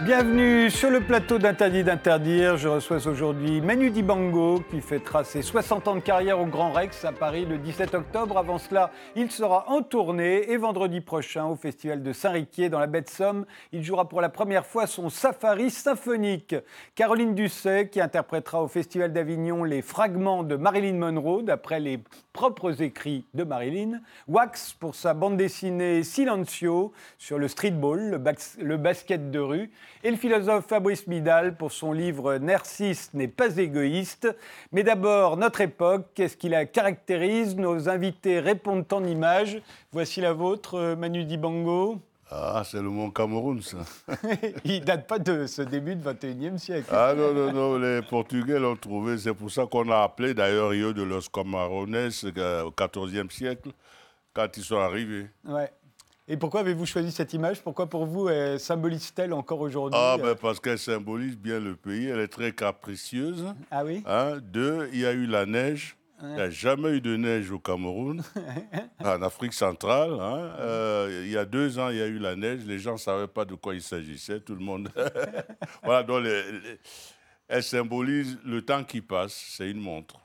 Bienvenue sur le plateau d'Interdit d'interdire. Je reçois aujourd'hui Manu Dibango qui fêtera ses 60 ans de carrière au Grand Rex à Paris le 17 octobre. Avant cela, il sera en tournée et vendredi prochain au Festival de Saint-Riquier dans la baie de Somme. Il jouera pour la première fois son safari symphonique. Caroline Dusset qui interprétera au Festival d'Avignon les fragments de Marilyn Monroe d'après les propres écrits de Marilyn. Wax pour sa bande dessinée Silencio sur le streetball, le basket de rue. Et le philosophe Fabrice Midal pour son livre « Narcisse n'est pas égoïste ». Mais d'abord, notre époque, qu'est-ce qui la caractérise? Nos invités répondent en images. Voici la vôtre, Manu Dibango. Ah, c'est le Mont Cameroun, ça. Il ne date pas de ce début du XXIe siècle. Ah non, les Portugais l'ont trouvé. C'est pour ça qu'on a appelé d'ailleurs Rio de los Camarones au XIVe siècle, quand ils sont arrivés. Ouais. Et pourquoi avez-vous choisi cette image? Pourquoi pour vous, elle symbolise-t-elle encore aujourd'hui? Parce qu'elle symbolise bien le pays. Elle est très capricieuse. Ah oui? Deux, il y a eu la neige. Il n'y a jamais eu de neige au Cameroun, en Afrique centrale. Il y a 2 ans, il y a eu la neige. Les gens ne savaient pas de quoi il s'agissait. Tout le monde... Voilà, donc elle symbolise le temps qui passe. C'est une montre.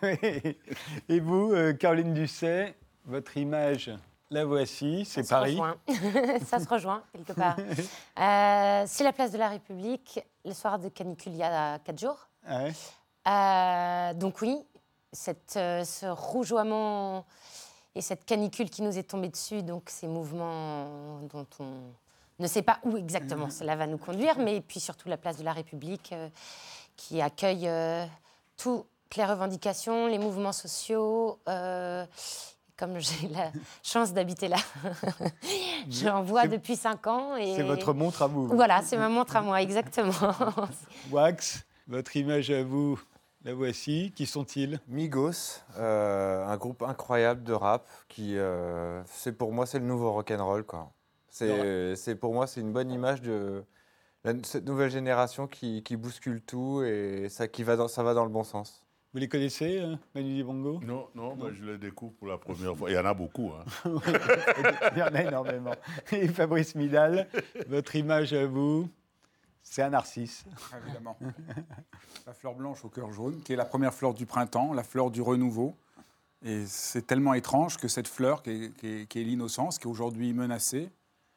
Et vous, Caroline Dusset, votre image... La voici, c'est Paris. Ça se rejoint, quelque part. C'est la place de la République, le soir de canicule il y a 4 jours. Ouais. Donc oui, ce rougeoiement et cette canicule qui nous est tombée dessus, donc ces mouvements dont on ne sait pas où exactement cela va nous conduire, mais puis surtout la place de la République qui accueille toutes les revendications, les mouvements sociaux... Comme j'ai la chance d'habiter là, j'en vois depuis 5 ans. Et... C'est votre montre à vous. Voilà, c'est ma montre à moi, exactement. Wax, votre image à vous, la voici. Qui sont-ils? Migos, un groupe incroyable de rap qui, pour moi, c'est le nouveau rock'n'roll, quoi. Pour moi, c'est une bonne image de cette nouvelle génération qui bouscule tout et ça va dans le bon sens. Vous les connaissez, Manu Dibango? Non, je les découvre pour la première fois. Il y en a beaucoup. Oui, il y en a énormément. Et Fabrice Midal, votre image à vous, c'est un narcisse. Évidemment. La fleur blanche au cœur jaune, qui est la première fleur du printemps, la fleur du renouveau. Et c'est tellement étrange que cette fleur, qui est l'innocence, qui est aujourd'hui menacée,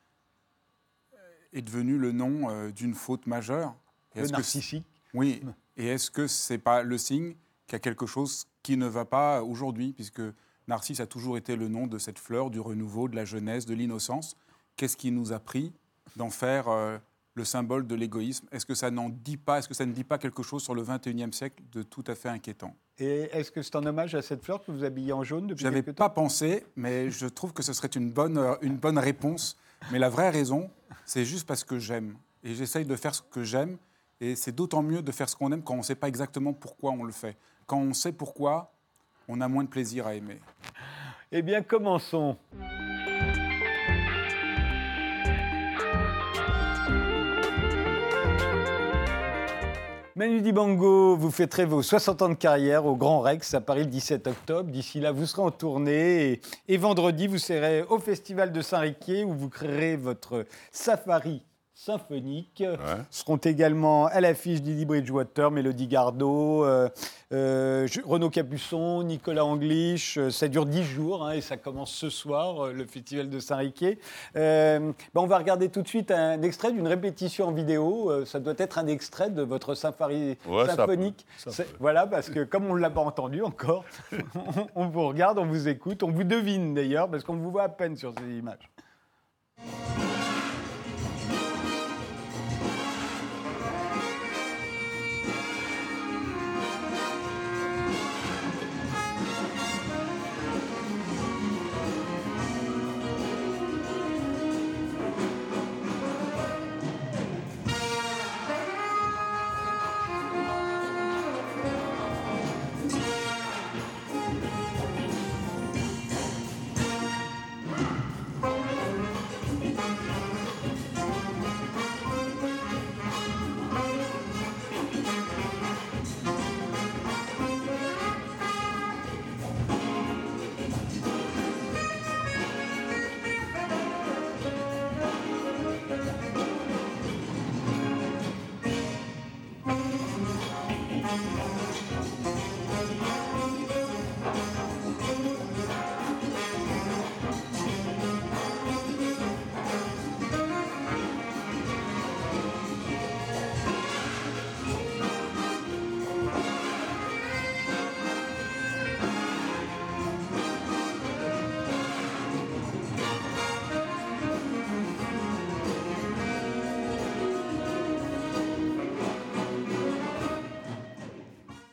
est devenue le nom d'une faute majeure. Le narcissique. Oui. Et est-ce que ce n'est pas le signe qu'il y a quelque chose qui ne va pas aujourd'hui, puisque Narcisse a toujours été le nom de cette fleur du renouveau, de la jeunesse, de l'innocence. Qu'est-ce qui nous a pris d'en faire le symbole de l'égoïsme? Est-ce que ça ne dit pas quelque chose sur le XXIe siècle de tout à fait inquiétant? Et est-ce que c'est un hommage à cette fleur que vous habillez en jaune depuis J'avais quelque temps? pas pensé, mais je trouve que ce serait une bonne réponse. Mais la vraie raison, c'est juste parce que j'aime. Et j'essaye de faire ce que j'aime. Et c'est d'autant mieux de faire ce qu'on aime quand on ne sait pas exactement pourquoi on le fait. Quand on sait pourquoi, on a moins de plaisir à aimer. Eh bien, commençons. Manu Dibango, vous fêterez vos 60 ans de carrière au Grand Rex à Paris le 17 octobre. D'ici là, vous serez en tournée et vendredi, vous serez au Festival de Saint-Riquier où vous créerez votre safari symphoniques. Seront également à l'affiche Didi Bridgewater, Mélodie Gardot, Renaud Capuçon, Nicolas Anglish. Ça dure 10 jours et ça commence ce soir, le Festival de Saint-Riquier. On va regarder tout de suite un extrait d'une répétition en vidéo. Ça doit être un extrait de votre safari symphonique. Voilà, parce que comme on ne l'a pas entendu encore, on vous regarde, on vous écoute, on vous devine d'ailleurs, parce qu'on vous voit à peine sur ces images.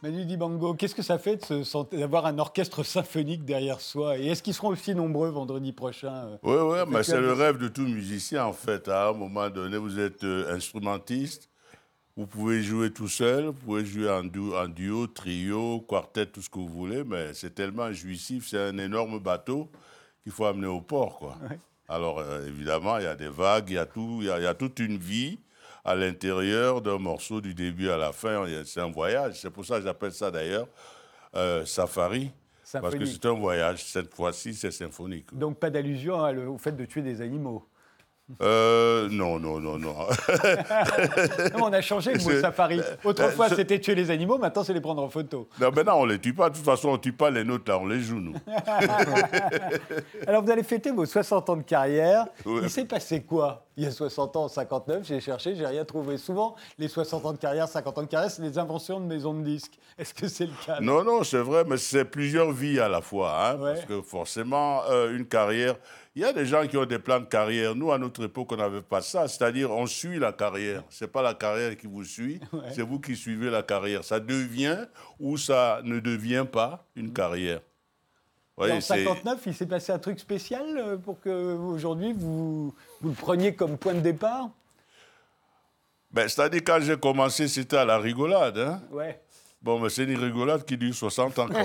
Manu Dibango, qu'est-ce que ça fait d'avoir un orchestre symphonique derrière soi? Et est-ce qu'ils seront aussi nombreux vendredi prochain? Oui, mais c'est le rêve de tout musicien, en fait. À un moment donné, vous êtes instrumentiste, vous pouvez jouer tout seul, vous pouvez jouer en duo, trio, quartet, tout ce que vous voulez, mais c'est tellement jouissif, c'est un énorme bateau qu'il faut amener au port, quoi. Ouais. Alors, évidemment, il y a des vagues, il y a toute une vie à l'intérieur d'un morceau du début à la fin. C'est un voyage. C'est pour ça que j'appelle ça d'ailleurs safari. Parce que c'est un voyage. Cette fois-ci, c'est symphonique. Donc pas d'allusion au fait de tuer des animaux? Non. Non, on a changé le mot safari. Autrefois, c'était tuer les animaux, maintenant, c'est les prendre en photo. Non, maintenant, on ne les tue pas. De toute façon, on ne tue pas les nôtres, là, on les joue, nous. Alors, vous allez fêter vos 60 ans de carrière. Ouais. Il s'est passé quoi il y a 60 ans, en 59? J'ai cherché, j'ai rien trouvé. Souvent, les 60 ans de carrière, 50 ans de carrière, c'est des inventions de maisons de disques. Est-ce que c'est le cas? Non, c'est vrai, mais c'est plusieurs vies à la fois. Hein, ouais. Parce que forcément, une carrière... Il y a des gens qui ont des plans de carrière. Nous, à notre époque, on n'avait pas ça. C'est-à-dire, on suit la carrière. Ce n'est pas la carrière qui vous suit, c'est vous qui suivez la carrière. Ça devient ou ça ne devient pas une carrière. Ouais, en 59, il s'est passé un truc spécial pour que aujourd'hui, vous le preniez comme point de départ? C'est-à-dire, quand j'ai commencé, c'était à la rigolade. Hein? Ouais. Bon, mais c'est une rigolade qui dure 60 ans.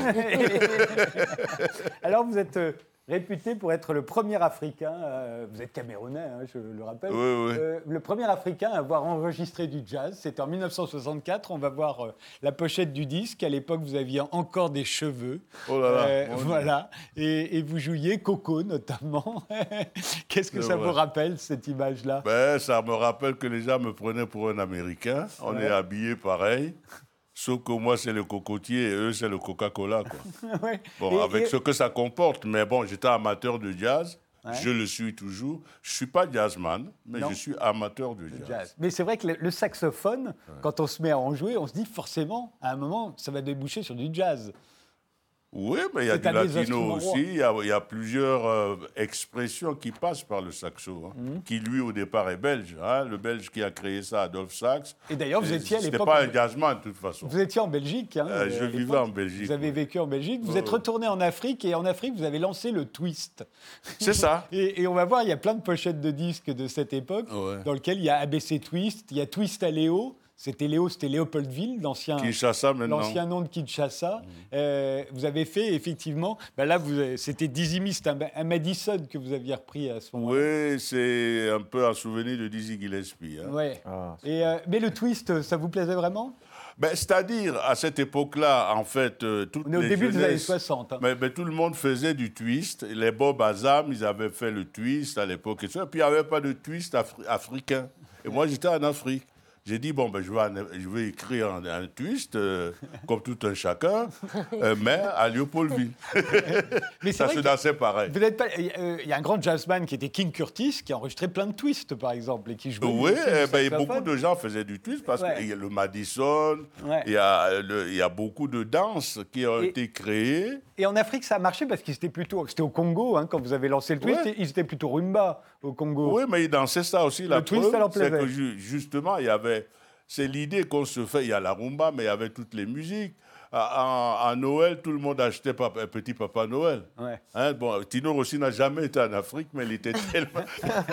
Alors, vous êtes... réputé pour être le premier Africain, vous êtes camerounais, hein, je le rappelle, oui. Le premier Africain à avoir enregistré du jazz. C'était en 1964, on va voir la pochette du disque. À l'époque, vous aviez encore des cheveux. Oh là là. Voilà, et vous jouiez Coco, notamment. Qu'est-ce que ça vous rappelle, cette image-là? Ça me rappelle que les gens me prenaient pour un Américain. On est habillés pareil. Sauf que moi, c'est le cocotier et eux, c'est le Coca-Cola, quoi. Ouais. Bon, avec ce que ça comporte. Mais bon, j'étais amateur de jazz. Ouais. Je le suis toujours. Je ne suis pas jazzman, mais je suis amateur de jazz. Mais c'est vrai que le saxophone, quand on se met à en jouer, on se dit forcément, à un moment, ça va déboucher sur du jazz. Oui, mais il y a du latino aussi. Il y a plusieurs expressions qui passent par le saxo, hein, qui lui, au départ, est belge. Hein, le belge qui a créé ça, Adolphe Sax. Et d'ailleurs, vous étiez à l'époque... C'était pas un jazzman, de toute façon. Vous étiez en Belgique. Hein, je vivais en Belgique. Vous avez vécu en Belgique. Vous êtes retourné en Afrique. Et en Afrique, vous avez lancé le twist. C'est ça. Et on va voir, il y a plein de pochettes de disques de cette époque, dans lesquelles il y a ABC Twist, il y a Twist à Léo. C'était Léopoldville, l'ancien nom de Kinshasa. Vous avez fait, effectivement... là, c'était Dizzy Me, c'était un Madison que vous aviez repris à ce moment-là. Oui, c'est un peu un souvenir de Dizzy Gillespie. Hein. Ouais. Mais le twist, ça vous plaisait vraiment? C'est-à-dire, à cette époque-là, en fait, toutes on est au début des années 60. Hein. Mais tout le monde faisait du twist. Les Bob Azam, ils avaient fait le twist à l'époque. Et puis, il n'y avait pas de twist africain. Et moi, j'étais en Afrique. J'ai dit, je vais écrire un twist, comme tout un chacun, mais à Léopoldville. Mais ça se dansait pareil. Il y a un grand jazzman qui était King Curtis, qui a enregistré plein de twists, par exemple, et qui jouait. Oui, beaucoup de gens faisaient du twist, parce qu'il y a le Madison, il y a beaucoup de danses qui ont été créées. Et en Afrique, ça a marché parce qu'ils étaient plutôt... C'était au Congo, hein, quand vous avez lancé le twist, ils étaient plutôt rumba au Congo. Oui, mais ils dansaient ça aussi. La twist, ça leur plaisait. C'est que justement, il y avait... C'est l'idée qu'on se fait. Il y a la rumba, mais il y avait toutes les musiques. À Noël, tout le monde achetait Petit Papa Noël. Ouais. Hein, Tino Rossi n'a jamais été en Afrique, mais il était tellement...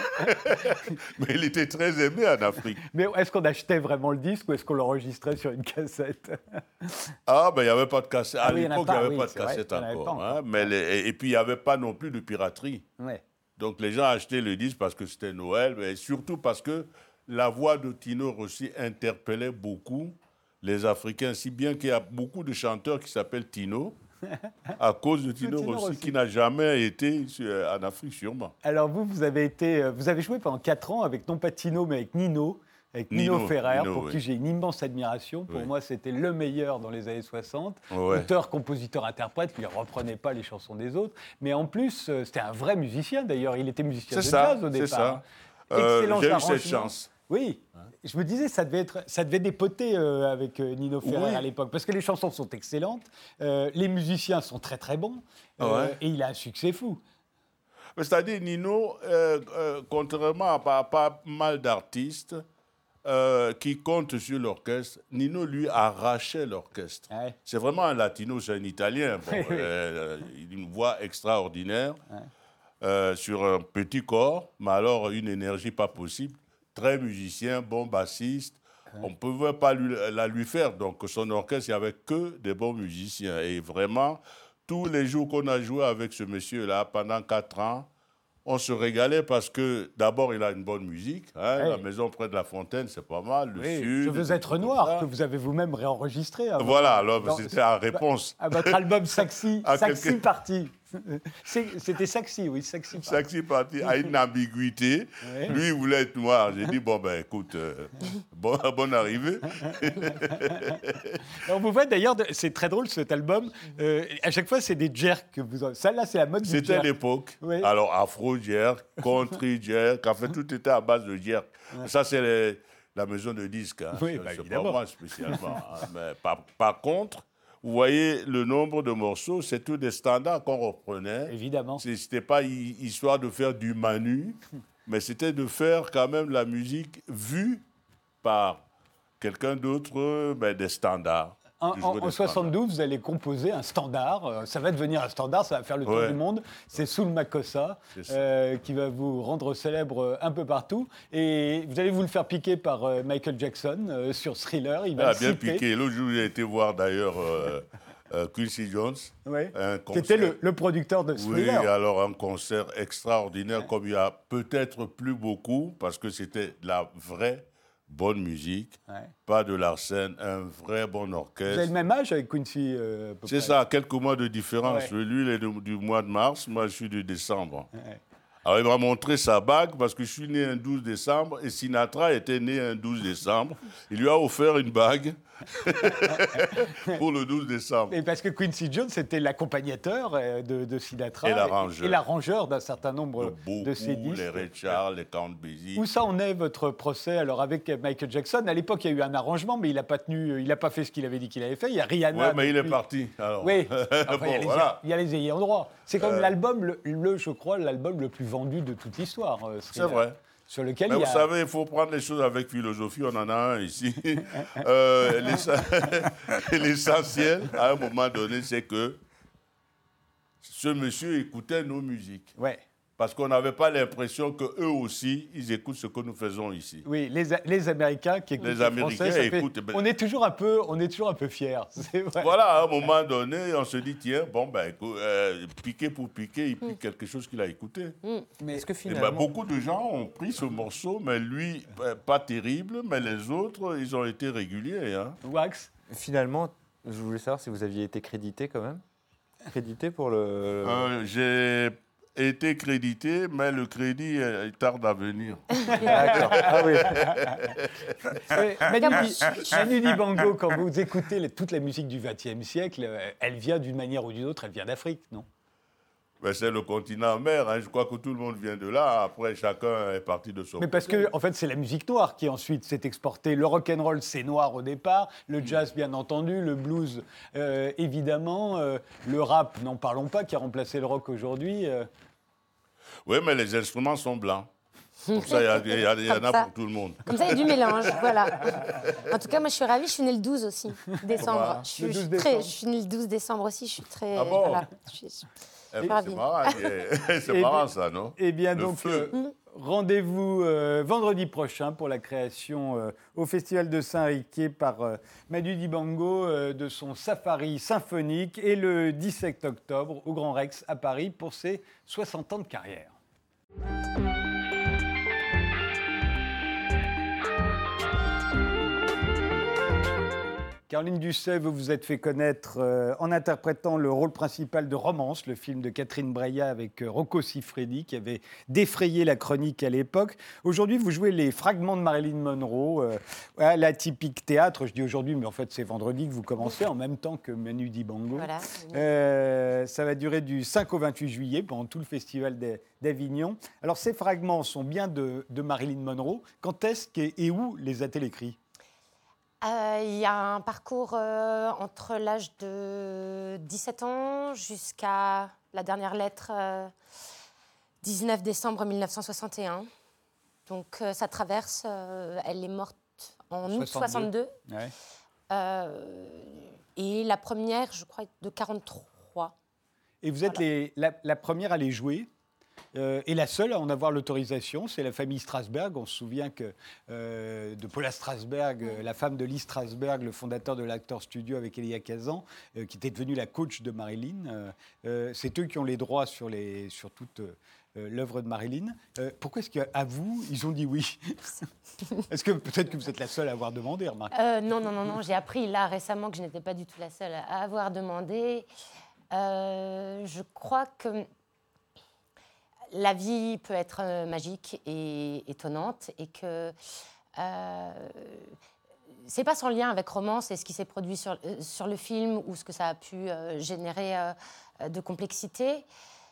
mais il était très aimé en Afrique. Mais est-ce qu'on achetait vraiment le disque ou est-ce qu'on l'enregistrait sur une cassette? Il n'y avait pas de cassette. À l'époque, il n'y avait pas de cassette encore. Hein, et puis, il n'y avait pas non plus de piraterie. Ouais. Donc, les gens achetaient le disque parce que c'était Noël, mais surtout parce que la voix de Tino Rossi interpellait beaucoup les Africains, si bien qu'il y a beaucoup de chanteurs qui s'appellent Tino, à cause de Tino Rossi, qui n'a jamais été en Afrique, sûrement. Alors vous avez joué pendant 4 ans avec non pas Tino, mais avec Nino Ferrer, pour qui j'ai une immense admiration. Pour moi, c'était le meilleur dans les années 60. Auteur, compositeur, interprète, lui, il ne reprenait pas les chansons des autres. Mais en plus, c'était un vrai musicien, d'ailleurs. Il était musicien de jazz au départ. C'est ça. J'ai eu cette chance. Oui, je me disais, ça devait dépoter avec Nino Ferrer à l'époque, parce que les chansons sont excellentes, les musiciens sont très très bons, et il a un succès fou. C'est-à-dire, Nino, contrairement à pas mal d'artistes, qui compte sur l'orchestre. Nino, lui, arrachait l'orchestre. Ouais. C'est vraiment un latino, c'est un Italien. Bon, Oui, oui. une voix extraordinaire, sur un petit corps, mais alors une énergie pas possible. Très musicien, bon bassiste. On ne pouvait pas la lui faire. Donc, son orchestre, il n'y avait que des bons musiciens. Et vraiment, tous les jours qu'on a joué avec ce monsieur-là, pendant 4 ans, on se régalait parce que, d'abord, il a une bonne musique. Hein, Oui. La maison près de la fontaine, c'est pas mal. Le Oui, sud. Je veux des être trucs comme noir, ça. que vous avez vous-même réenregistré. Voilà, alors c'était la réponse. À votre album Saxy, À Saxy quelqu'un- Party. C'était Saxy, oui, Saxy Party. Chaque parti a une ambiguïté. Ouais. Lui, il voulait être noir. J'ai dit, bon, ben écoute, bonne arrivée. Alors, vous voyez d'ailleurs, c'est très drôle cet album. À chaque fois, c'est des jerks que vous avez. Celle-là, c'est la mode du C'était jerk. l'époque. Oui. Alors, afro-jerk, country-jerk, en fait, tout était à base de jerk. Ça, c'est la maison de disques. Hein. Oui, C'est bah, pas évidemment. moi spécialement. Hein. Mais par contre, vous voyez le nombre de morceaux, c'est tous des standards qu'on reprenait. Évidemment. Ce n'était pas histoire de faire du Manu, mais c'était de faire quand même la musique vue par quelqu'un d'autre, des standards. En, de jouer en des 72, vous allez composer un standard. Ça va devenir un standard, ça va faire le tour Ouais. du monde. C'est Soul Makossa C'est ça. qui va vous rendre célèbre un peu partout. Et vous allez vous le faire piquer par Michael Jackson sur Thriller. Il Il va a le bien citer. piqué. L'autre jour, j'ai été voir d'ailleurs Quincy Jones. Ouais. Un Qui était concert. le producteur de Oui, Thriller. alors un concert extraordinaire, comme il y a peut-être plus beaucoup, parce que c'était de la vraie bonne musique, Ouais. pas de l'arsène, un vrai bon Vous avez orchestre. le même âge avec Quincy à peu C'est près. ça, quelques mois de différence. Ouais. Lui, il est du mois de mars, moi, je suis de décembre. Ouais. Alors, il m'a montré sa bague parce que je suis né un 12 décembre et Sinatra était né un 12 décembre. Il lui a offert une bague pour le 12 décembre. Et parce que Quincy Jones était l'accompagnateur de Sinatra Et l'arrangeur. et l'arrangeur d'un certain nombre Beaucoup, de ses disques. les Ray Charles, les Count Basie. Où ça en est votre procès alors avec Michael Jackson? À l'époque, il y a eu un arrangement, mais il n'a pas tenu, il n'a pas fait ce qu'il avait dit qu'il avait fait. Il y a Rihanna. Oui, mais il est depuis- parti. Alors. Oui. Enfin, Bon, il y a les- voilà. il y a les ayants droit. C'est comme l'album, je crois, l'album le plus vendu de toute l'histoire. C'est vrai. Sur lequel Mais il y vous a. savez, il faut prendre les choses avec philosophie. On en a un ici. L'essentiel, à un moment donné, c'est que ce monsieur écoutait nos musiques. Ouais. Parce qu'on n'avait pas l'impression qu'eux aussi, ils écoutent ce que nous faisons ici. Oui, les Américains qui écoutent Les le Américains français, ça fait- écoutent, ben- on est toujours un peu fiers. C'est vrai. Voilà, à un moment donné, on se dit, tiens, bon, écoute, piquer pour piquer, il pique quelque chose qu'il a écouté. Mais est-ce que Eh ben, finalement, beaucoup de gens ont pris ce morceau, mais lui, pas terrible, mais les autres, ils ont été réguliers. Hein. Wax. finalement, je voulais savoir si vous aviez été crédité quand même. Crédité pour le. J'ai été crédité, mais le crédit il tarde à venir. D'accord. Ah oui. Manu Dibango, quand vous écoutez toute la musique du XXe siècle, elle vient d'une manière ou d'une autre, elle vient d'Afrique, non? Ben, c'est le continent mère, hein. Je crois que tout le monde vient de là. Après, chacun est parti de son Mais parce côté. que, en fait, c'est la musique noire qui ensuite s'est exportée. Le rock'n'roll, c'est noir au départ. Le jazz, bien entendu. Le blues, évidemment. Le rap, n'en parlons pas, qui a remplacé le rock aujourd'hui. Oui, mais les instruments sont blancs. Comme ça, il y en Comme a ça. pour tout le monde. Comme ça, il y a du mélange, voilà. En tout cas, moi, je suis ravie. Je suis née le 12 aussi, décembre. Je Le 12 suis décembre. je suis née le 12 décembre aussi. Je suis très. Ah bon Voilà. Je suis- Eh ben, ravie. c'est marrant, c'est Et marrant bien- ça, non? Eh bien, Le donc, feu. rendez-vous vendredi prochain pour la création au Festival de Saint-Riquier par Manu Dibango de son Safari symphonique et le 17 octobre au Grand Rex à Paris pour ses 60 ans de carrière. Caroline Dusset, vous vous êtes fait connaître en interprétant le rôle principal de Romance, le film de Catherine Breillat avec Rocco Siffredi, qui avait défrayé la chronique à l'époque. Aujourd'hui, vous jouez les fragments de Marilyn Monroe à l'Atypique Théâtre. Je dis aujourd'hui, mais en fait, c'est vendredi que vous commencez, en même temps que Manu Dibango. Voilà. Ça va durer du 5 au 28 juillet, pendant tout le festival d'Avignon. Alors, ces fragments sont bien de Marilyn Monroe. Quand est-ce et où les a-t-elle écrits ? Il y a un parcours entre l'âge de 17 ans jusqu'à la dernière lettre, 19 décembre 1961. Donc ça traverse, elle est morte en août 62. Ouais. Et la première, je crois, de 43. Et vous êtes la première à les jouer. Et la seule à en avoir l'autorisation, c'est la famille Strasberg. On se souvient que de Paula Strasberg, la femme de Lee Strasberg, le fondateur de l'Actors Studio avec Elia Kazan, qui était devenue la coach de Marilyn. C'est eux qui ont les droits sur toute l'œuvre de Marilyn. Pourquoi est-ce qu'à vous, ils ont dit oui? Est-ce que peut-être que vous êtes la seule à avoir demandé, remarque? Non. J'ai appris là récemment que je n'étais pas du tout la seule à avoir demandé. Je crois que la vie peut être magique et étonnante et que c'est pas sans lien avec Romance et ce qui s'est produit sur le film ou ce que ça a pu générer de complexité.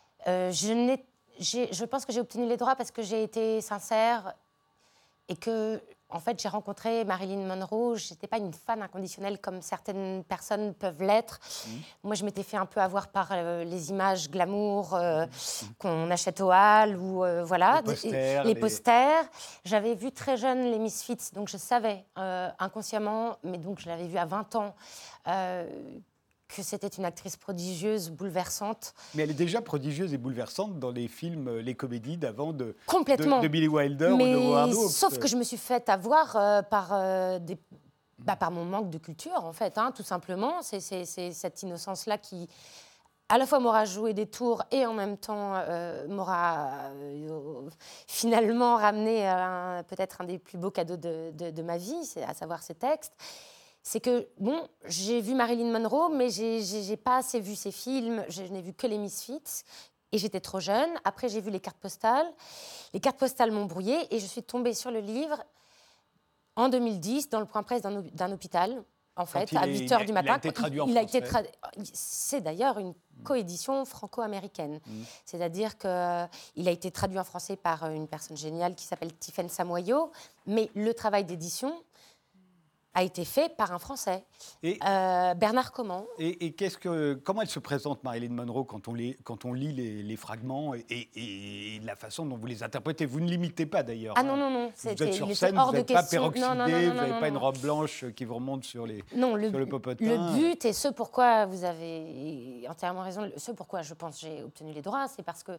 Je pense que j'ai obtenu les droits parce que j'ai été sincère et que, en fait, j'ai rencontré Marilyn Monroe. Je n'étais pas une fan inconditionnelle comme certaines personnes peuvent l'être. Moi, je m'étais fait un peu avoir par les images glamour qu'on achète au Hall ou voilà, Les posters. J'avais vu très jeune les Misfits, donc je savais inconsciemment, mais donc je l'avais vu à 20 ans, que c'était une actrice prodigieuse, bouleversante. Mais elle est déjà prodigieuse et bouleversante dans les films, les comédies d'avant de Billy Wilder ou de Howard Hawks. Sauf que je me suis faite avoir par mon manque de culture, en fait, tout simplement. C'est cette innocence-là qui, à la fois, m'aura joué des tours et en même temps m'aura finalement ramené peut-être un des plus beaux cadeaux de ma vie, à savoir ces textes. C'est que, bon, j'ai vu Marilyn Monroe, mais j'ai pas assez vu ses films, je n'ai vu que les Misfits, et j'étais trop jeune. Après, j'ai vu les cartes postales. Les cartes postales m'ont brouillée, et je suis tombée sur le livre en 2010, dans le point presse d'un hôpital, en fait, à 8h du matin. Il a été traduit en français. C'est d'ailleurs une coédition franco-américaine. C'est-à-dire qu'il a été traduit en français par une personne géniale qui s'appelle Tiffaine Samoyo, mais le travail d'édition a été fait par un Français, Bernard Comment. Et comment elle se présente, Marilyn Monroe, quand on lit les fragments et la façon dont vous les interprétez? Vous ne l'imitez pas, d'ailleurs. Ah non. Vous êtes sur scène, vous n'êtes pas peroxydé, vous n'avez pas une robe blanche qui vous remonte sur le popotin. Le but, et ce pourquoi vous avez entièrement raison, ce pourquoi je pense j'ai obtenu les droits, c'est parce que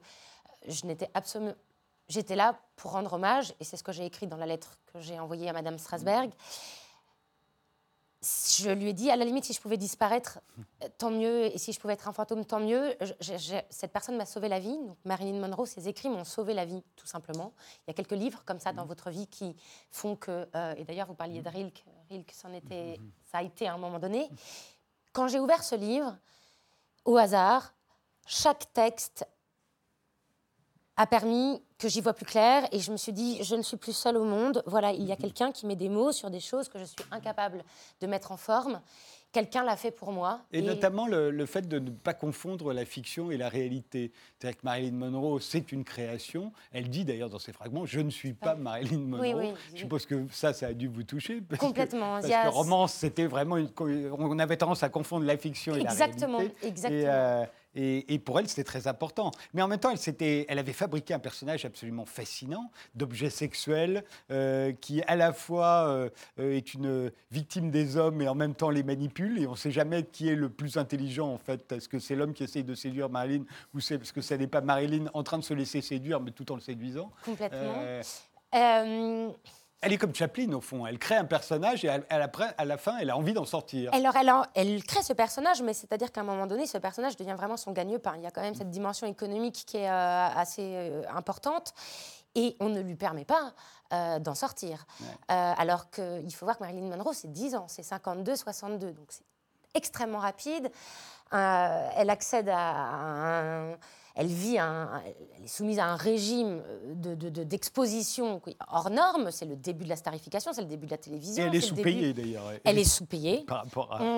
j'étais là pour rendre hommage, et c'est ce que j'ai écrit dans la lettre que j'ai envoyée à Madame Strasberg. Je lui ai dit, à la limite, si je pouvais disparaître, tant mieux, et si je pouvais être un fantôme, tant mieux. Cette personne m'a sauvé la vie. Donc, Marilyn Monroe, ses écrits m'ont sauvé la vie, tout simplement. Il y a quelques livres comme ça dans votre vie qui font que... et d'ailleurs, vous parliez de Rilke. Rilke, ça a été à un moment donné. Quand j'ai ouvert ce livre, au hasard, chaque texte a permis que j'y vois plus clair, et je me suis dit, je ne suis plus seule au monde. Voilà, il y a quelqu'un qui met des mots sur des choses que je suis incapable de mettre en forme. Quelqu'un l'a fait pour moi. Et notamment le fait de ne pas confondre la fiction et la réalité. C'est-à-dire que Marilyn Monroe, c'est une création. Elle dit d'ailleurs dans ses fragments, je ne suis pas Marilyn Monroe. Oui. Je suppose que ça a dû vous toucher. Complètement. Parce que Romance, c'était vraiment... On avait tendance à confondre la fiction et la réalité. Exactement. Et pour elle, c'était très important. Mais en même temps, elle avait fabriqué un personnage absolument fascinant, d'objet sexuel, qui à la fois est une victime des hommes et en même temps les manipule. Et on ne sait jamais qui est le plus intelligent, en fait. Est-ce que c'est l'homme qui essaye de séduire Marilyn, ou c'est parce que ça n'est pas Marilyn en train de se laisser séduire, mais tout en le séduisant? Complètement. Elle est comme Chaplin, au fond. Elle crée un personnage et à la fin, elle a envie d'en sortir. Alors, elle crée ce personnage, mais c'est-à-dire qu'à un moment donné, ce personnage devient vraiment son gagne-pain. Il y a quand même cette dimension économique qui est assez importante, et on ne lui permet pas d'en sortir. Ouais. Alors qu'il faut voir que Marilyn Monroe, c'est 10 ans, c'est 52-62, donc c'est extrêmement rapide. Elle accède à elle est soumise à un régime d'exposition hors norme. C'est le début de la starification, c'est le début de la télévision. Et elle est sous-payée, d'ailleurs. Elle est sous-payée. Par rapport à...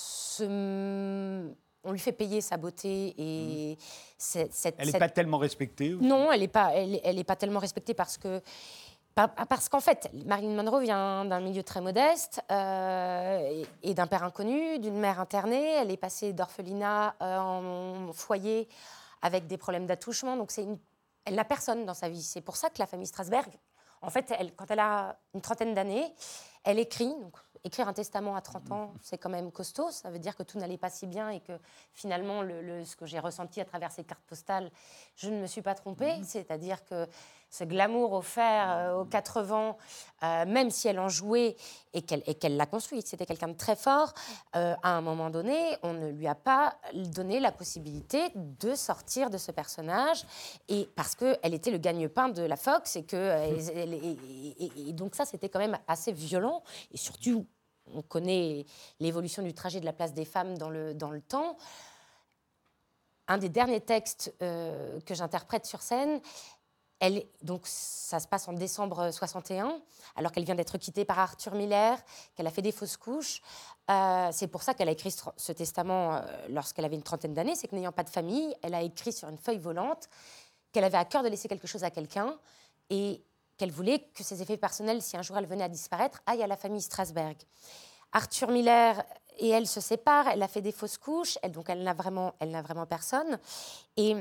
On lui fait payer sa beauté et elle n'est pas tellement respectée. Non, elle n'est pas tellement respectée parce qu'en fait, Marilyn Monroe vient d'un milieu très modeste et d'un père inconnu, d'une mère internée. Elle est passée d'orphelinat en foyer avec des problèmes d'attouchement. Donc, elle n'a personne dans sa vie. C'est pour ça que la famille Strasberg, en fait, quand elle a une trentaine d'années, elle écrit. Donc, écrire un testament à 30 ans, c'est quand même costaud. Ça veut dire que tout n'allait pas si bien et que finalement, ce que j'ai ressenti à travers ces cartes postales, je ne me suis pas trompée. C'est-à-dire que ce glamour offert aux 4 vents, même si elle en jouait et qu'elle l'a construit, c'était quelqu'un de très fort, à un moment donné, on ne lui a pas donné la possibilité de sortir de ce personnage, et parce qu'elle était le gagne-pain de la Fox, et donc ça, c'était quand même assez violent, et surtout, on connaît l'évolution du trajet de la place des femmes dans le temps. Un des derniers textes que j'interprète sur scène, donc ça se passe en décembre 61, alors qu'elle vient d'être quittée par Arthur Miller, qu'elle a fait des fausses couches. C'est pour ça qu'elle a écrit ce testament lorsqu'elle avait une trentaine d'années. C'est que n'ayant pas de famille, elle a écrit sur une feuille volante qu'elle avait à cœur de laisser quelque chose à quelqu'un et qu'elle voulait que ses effets personnels, si un jour elle venait à disparaître, aillent à la famille Strasberg. Arthur Miller et elle se séparent, elle a fait des fausses couches, donc elle n'a vraiment personne. Et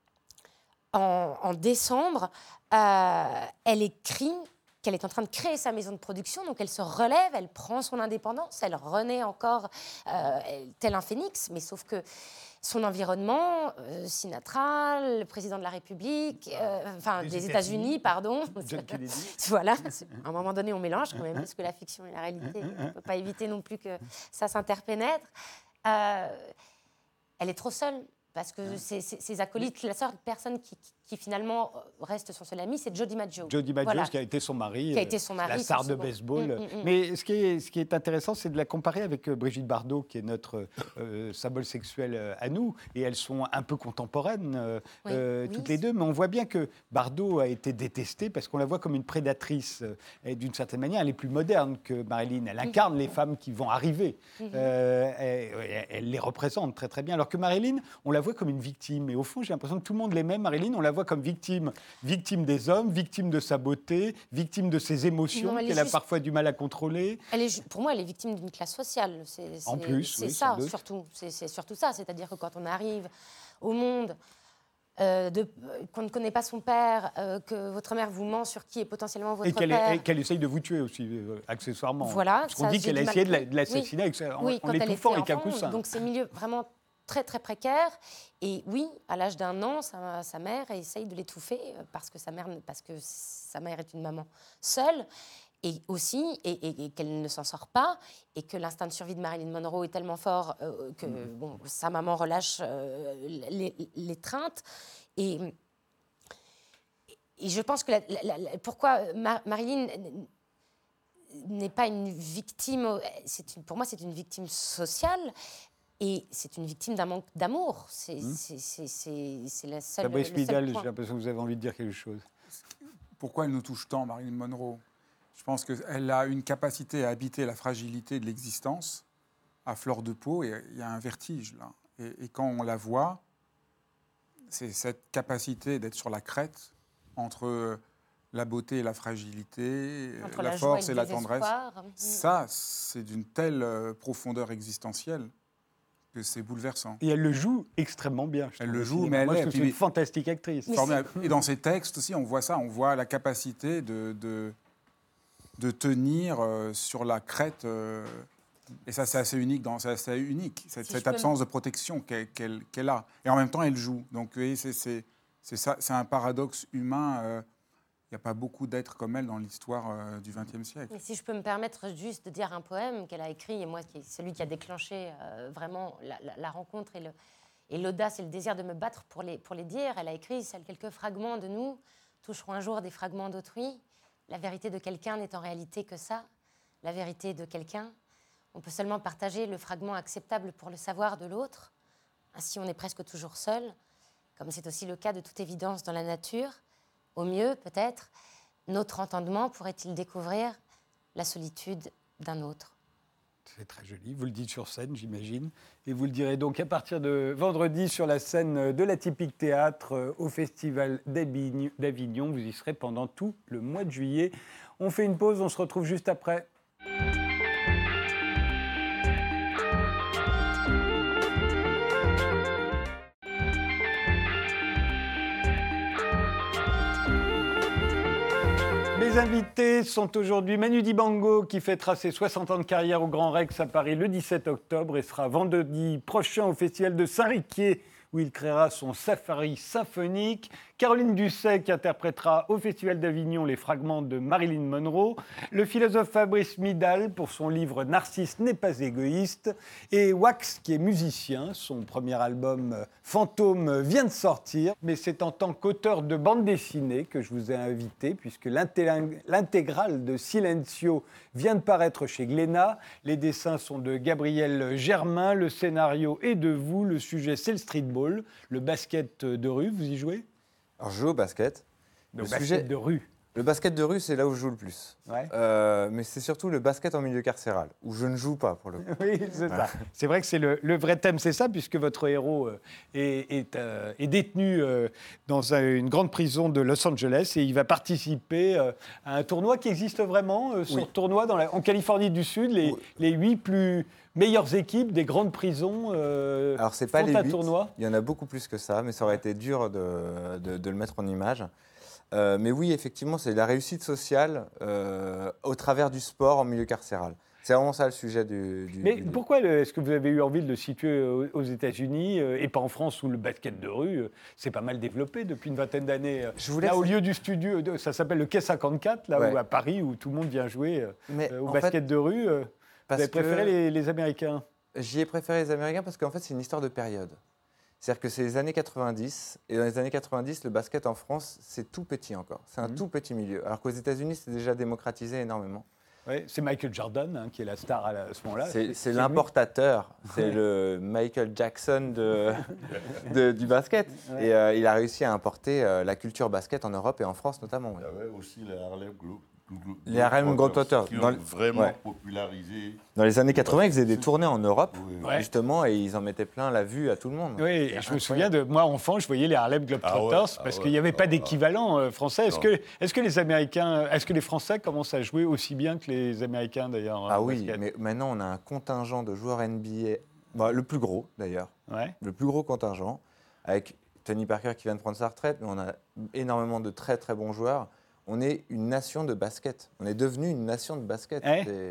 en décembre, elle écrit qu'elle est en train de créer sa maison de production, donc elle se relève, elle prend son indépendance, elle renaît encore tel un phénix, mais sauf que son environnement, Sinatra, le président de la République, des États-Unis, pardon. John Kennedy. Voilà, à un moment donné, on mélange quand même, parce que la fiction et la réalité, on ne peut pas éviter non plus que ça s'interpénètre. Elle est trop seule. Parce que ses acolytes, la seule personne qui finalement reste son seul ami, c'est Joe DiMaggio. Joe DiMaggio, qui a été son mari, la star de baseball. Mais ce qui est intéressant, c'est de la comparer avec Brigitte Bardot, qui est notre symbole sexuel à nous. Et elles sont un peu contemporaines, toutes les deux. Mais on voit bien que Bardot a été détestée parce qu'on la voit comme une prédatrice. Et d'une certaine manière, elle est plus moderne que Marilyn. Elle incarne les femmes qui vont arriver. Elle les représente très, très bien. Alors que Marilyn, on la voit comme une victime. Et au fond, j'ai l'impression que tout le monde l'aimait. Marilyn, on la voit comme victime des hommes, victime de sa beauté, victime de ses émotions qu'elle a parfois du mal à contrôler. Pour moi, elle est victime d'une classe sociale. C'est ça, surtout. C'est surtout ça. C'est-à-dire que quand on arrive au monde, qu'on ne connaît pas son père, que votre mère vous ment sur qui est potentiellement votre père. Et qu'elle essaye de vous tuer aussi, accessoirement. Voilà. Parce qu'on dit qu'elle a essayé de l'assassiner en l'étouffant avec un coussin. Donc c'est milieu vraiment très, très précaire. Et oui, à l'âge d'1 an, sa mère essaye de l'étouffer parce que sa mère est une maman seule. Et aussi, et qu'elle ne s'en sort pas, et que l'instinct de survie de Marilyn Monroe est tellement fort que sa maman relâche l'étreinte. Et je pense que pourquoi Marilyn n'est pas une victime, pour moi c'est une victime sociale, et c'est une victime d'un manque d'amour. C'est la seule. Fabrice Midal, j'ai l'impression que vous avez envie de dire quelque chose. Pourquoi elle nous touche tant, Marilyn Monroe ? Je pense qu'elle a une capacité à habiter la fragilité de l'existence à fleur de peau, et il y a un vertige là. Et quand on la voit, c'est cette capacité d'être sur la crête entre la beauté et la fragilité, entre la force et la tendresse. Ça, c'est d'une telle profondeur existentielle que c'est bouleversant. Et elle le joue extrêmement bien. Elle le joue, mais elle est une fantastique actrice. Et dans ses textes aussi, on voit ça. On voit la capacité de tenir sur la crête. Et ça, c'est assez unique. Cette absence de protection qu'elle a. Et en même temps, elle joue. Donc, oui, c'est un paradoxe humain. Il n'y a pas beaucoup d'êtres comme elle dans l'histoire du XXe siècle. Mais si je peux me permettre juste de dire un poème qu'elle a écrit, et moi, celui qui a déclenché vraiment la rencontre et l'audace et le désir de me battre pour les dire, elle a écrit « Seuls quelques fragments de nous toucheront un jour des fragments d'autrui. La vérité de quelqu'un n'est en réalité que ça, la vérité de quelqu'un. On peut seulement partager le fragment acceptable pour le savoir de l'autre. Ainsi, on est presque toujours seul, comme c'est aussi le cas de toute évidence dans la nature. Au mieux, peut-être, notre entendement pourrait-il découvrir la solitude d'un autre. » C'est très joli. Vous le dites sur scène, j'imagine. Et vous le direz donc à partir de vendredi sur la scène de l'Atypique Théâtre au Festival d'Avignon. Vous y serez pendant tout le mois de juillet. On fait une pause, on se retrouve juste après. Mes invités sont aujourd'hui Manu Dibango qui fêtera ses 60 ans de carrière au Grand Rex à Paris le 17 octobre et sera vendredi prochain au Festival de Saint-Riquier où il créera son safari symphonique. Caroline Dusset qui interprétera au Festival d'Avignon les fragments de Marilyn Monroe. Le philosophe Fabrice Midal pour son livre Narcisse n'est pas égoïste. Et Wax qui est musicien. Son premier album Fantôme vient de sortir. Mais c'est en tant qu'auteur de bande dessinée que je vous ai invité puisque l'intégrale de Silencio vient de paraître chez Glénat. Les dessins sont de Gabriel Germain. Le scénario est de vous. Le sujet c'est le streetball, le basket de rue. Vous y jouez ? Alors, je joue au basket. Le basket de rue. Le basket de rue, c'est là où je joue le plus. Ouais. Mais c'est surtout le basket en milieu carcéral, où je ne joue pas, pour le coup. Oui, c'est ça. C'est vrai que c'est le vrai thème, c'est ça, puisque votre héros est détenu dans une grande prison de Los Angeles et il va participer à un tournoi qui existe vraiment, ce tournoi en Californie du Sud, les 8 plus meilleures équipes des grandes prisons Alors, c'est pas font les un 8, tournoi. il y en a beaucoup plus que ça, mais ça aurait été dur de le mettre en image. Mais oui, effectivement, c'est la réussite sociale au travers du sport en milieu carcéral. C'est vraiment ça le sujet du Mais livre. pourquoi est-ce que vous avez eu envie de le situer aux États-Unis et pas en France où le basket de rue c'est pas mal développé depuis une vingtaine d'années. Là, au lieu du studio, ça s'appelle le Quai 54, là où à Paris, où tout le monde vient jouer au basket de rue. Vous avez préféré les Américains? J'y ai préféré les Américains parce qu'en fait, c'est une histoire de période. C'est-à-dire que c'est les années 90, et dans les années 90, le basket en France, c'est tout petit encore. C'est un tout petit milieu. Alors qu'aux États-Unis, c'est déjà démocratisé énorment. Ouais, c'est Michael Jordan qui est la star à ce moment-là. C'est l'importateur, c'est le Michael Jackson du basket. Ouais. Et il a réussi à importer la culture basket en Europe et en France notamment. Il y avait aussi les Harlem Globetrotters qui ont vraiment popularisé. Dans les années 80, ils faisaient des tournées en Europe, justement, et ils en mettaient plein la vue à tout le monde. Oui, et je me souviens de moi, enfant, je voyais les Harlem Globetrotters parce qu'il n'y avait pas d'équivalent français. Est-ce que les Américains, est-ce que les Français commencent à jouer aussi bien que les Américains d'ailleurs? Ah oui, mais maintenant on a un contingent de joueurs NBA, le plus gros d'ailleurs, le plus gros contingent, avec Tony Parker qui vient de prendre sa retraite, mais on a énormément de très très bons joueurs. On est une nation de basket. On est devenu une nation de basket.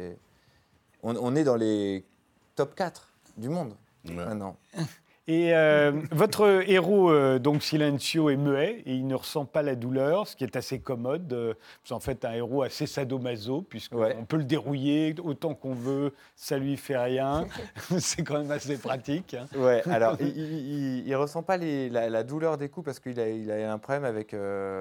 On est dans les top 4 du monde maintenant. Et votre héros, donc Silencio, est muet et il ne ressent pas la douleur, ce qui est assez commode. C'est en fait un héros assez sadomaso, puisqu'on peut le dérouiller autant qu'on veut, ça lui fait rien. C'est quand même assez pratique. Ouais, alors il ne ressent pas la douleur des coups parce qu'il a un problème avec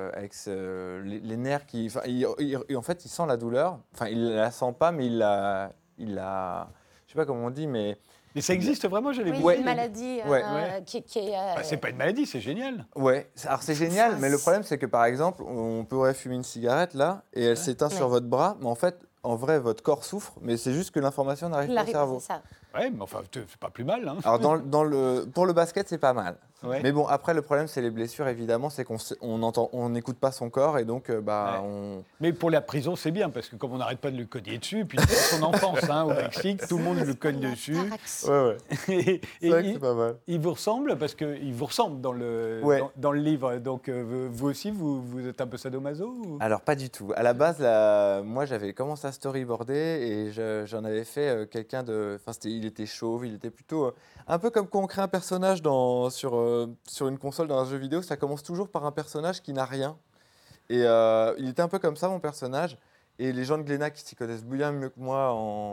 les nerfs. En fait, il sent la douleur. Enfin, il ne la sent pas, mais il la... Je ne sais pas comment on dit, mais... Mais ça existe vraiment, je l'ai vu. Oui, une maladie qui est... c'est pas une maladie, c'est génial. Ouais, alors c'est génial, mais le problème c'est que par exemple, on pourrait fumer une cigarette là, et elle s'éteint sur votre bras, mais en fait, en vrai, votre corps souffre, mais c'est juste que l'information n'arrive pas au cerveau. C'est ça. Ouais, mais enfin, c'est pas plus mal. Hein. Alors pour le basket, c'est pas mal. Ouais. Mais bon, après, le problème, c'est les blessures, évidemment, c'est qu'on n'écoute pas son corps et donc, Mais pour la prison, c'est bien, parce que comme on n'arrête pas de le cogner dessus, puis depuis son enfance au Mexique, tout le monde le cogne dessus. C'est vrai que c'est pas mal. Il vous ressemble, parce qu'il vous ressemble dans le livre. Donc, vous aussi, vous êtes un peu sadomaso ou... Alors, pas du tout. À la base, moi, j'avais commencé à storyboarder et j'en avais fait quelqu'un de... Enfin, il était chauve, il était plutôt... un peu comme quand on crée un personnage sur une console dans un jeu vidéo, ça commence toujours par un personnage qui n'a rien. Et il était un peu comme ça, mon personnage. Et les gens de Glénat qui s'y connaissent bien mieux que moi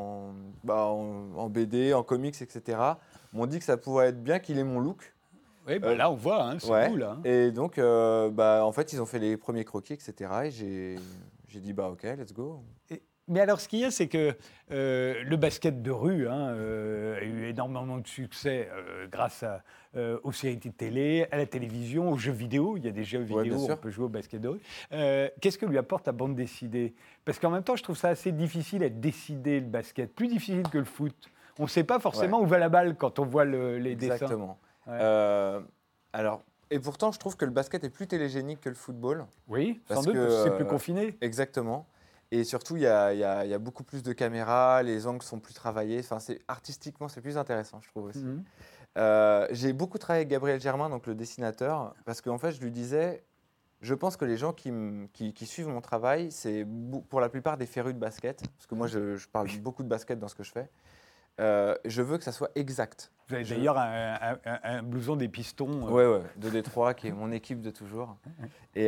en BD, en comics, etc., m'ont dit que ça pourrait être bien qu'il ait mon look. Oui, là, on voit, c'est cool. Hein. Et donc, en fait, ils ont fait les premiers croquis, etc. Et j'ai dit, OK, let's go. Mais alors, ce qu'il y a, c'est que le basket de rue a eu énormément de succès grâce aux séries de télé, à la télévision, aux jeux vidéo. Il y a des jeux vidéo où on peut jouer au basket de rue. Qu'est-ce que lui apporte la bande dessinée? Parce qu'en même temps, je trouve ça assez difficile à décider, le basket. Plus difficile que le foot. On ne sait pas forcément où va la balle quand on voit les dessins. Exactement. Et pourtant, je trouve que le basket est plus télégénique que le football. Oui, sans doute, parce que c'est plus confiné. Exactement. Et surtout, il y a beaucoup plus de caméras, les angles sont plus travaillés. Enfin, artistiquement, c'est plus intéressant, je trouve aussi. J'ai beaucoup travaillé avec Gabriel Germain, donc le dessinateur, parce qu'en fait, je lui disais, je pense que les gens qui suivent mon travail, c'est pour la plupart des férus de basket, parce que moi, je parle beaucoup de basket dans ce que je fais. Je veux que ça soit exact. Vous avez d'ailleurs un blouson des Pistons. Ouais, de Détroit, qui est mon équipe de toujours. Et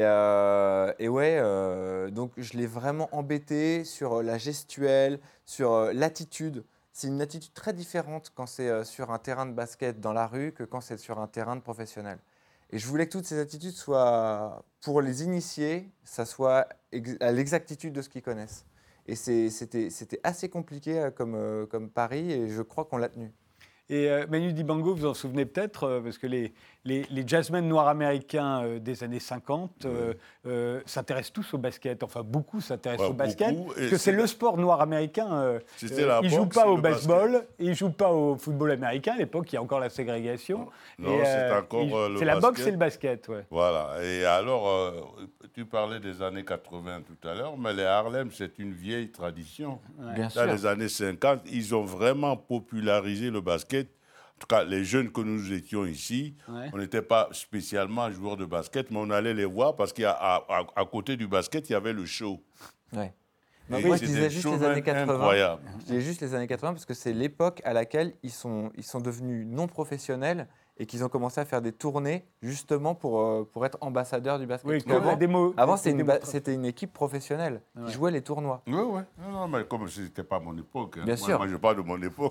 donc je l'ai vraiment embêté sur la gestuelle, sur l'attitude. C'est une attitude très différente quand c'est sur un terrain de basket dans la rue que quand c'est sur un terrain de professionnel. Et je voulais que toutes ces attitudes soient, pour les initiés, ça soit à l'exactitude de ce qu'ils connaissent. Et c'était assez compliqué comme pari, et je crois qu'on l'a tenu. Et Manu Dibango, vous en souvenez peut-être, parce que les jazzmen noirs américains des années 50 s'intéressent tous au basket. Enfin, beaucoup s'intéressent au basket. Parce que c'est le sport noir américain. Ils ne jouent pas au baseball, ils ne jouent pas au football américain. À l'époque, il y a encore la ségrégation. Non, c'est encore le basket. C'est la boxe et le basket, ouais. Voilà. Et alors, tu parlais des années 80 tout à l'heure, mais les Harlem, c'est une vieille tradition. Ouais. Bien sûr. Dans les années 50, ils ont vraiment popularisé le basket. En tout cas, les jeunes que nous étions ici, on n'était pas spécialement joueurs de basket, mais on allait les voir parce qu'à côté du basket, il y avait le show. Ouais. Moi, je disais juste les années 80. Incroyable. Je disais juste les années 80 parce que c'est l'époque à laquelle ils sont devenus non professionnels et qu'ils ont commencé à faire des tournées justement pour être ambassadeurs du basket. Oui, avant c'était une équipe professionnelle qui jouait les tournois. Oui. Non, mais comme ce n'était pas mon époque. Bien sûr. Moi, je parle de mon époque.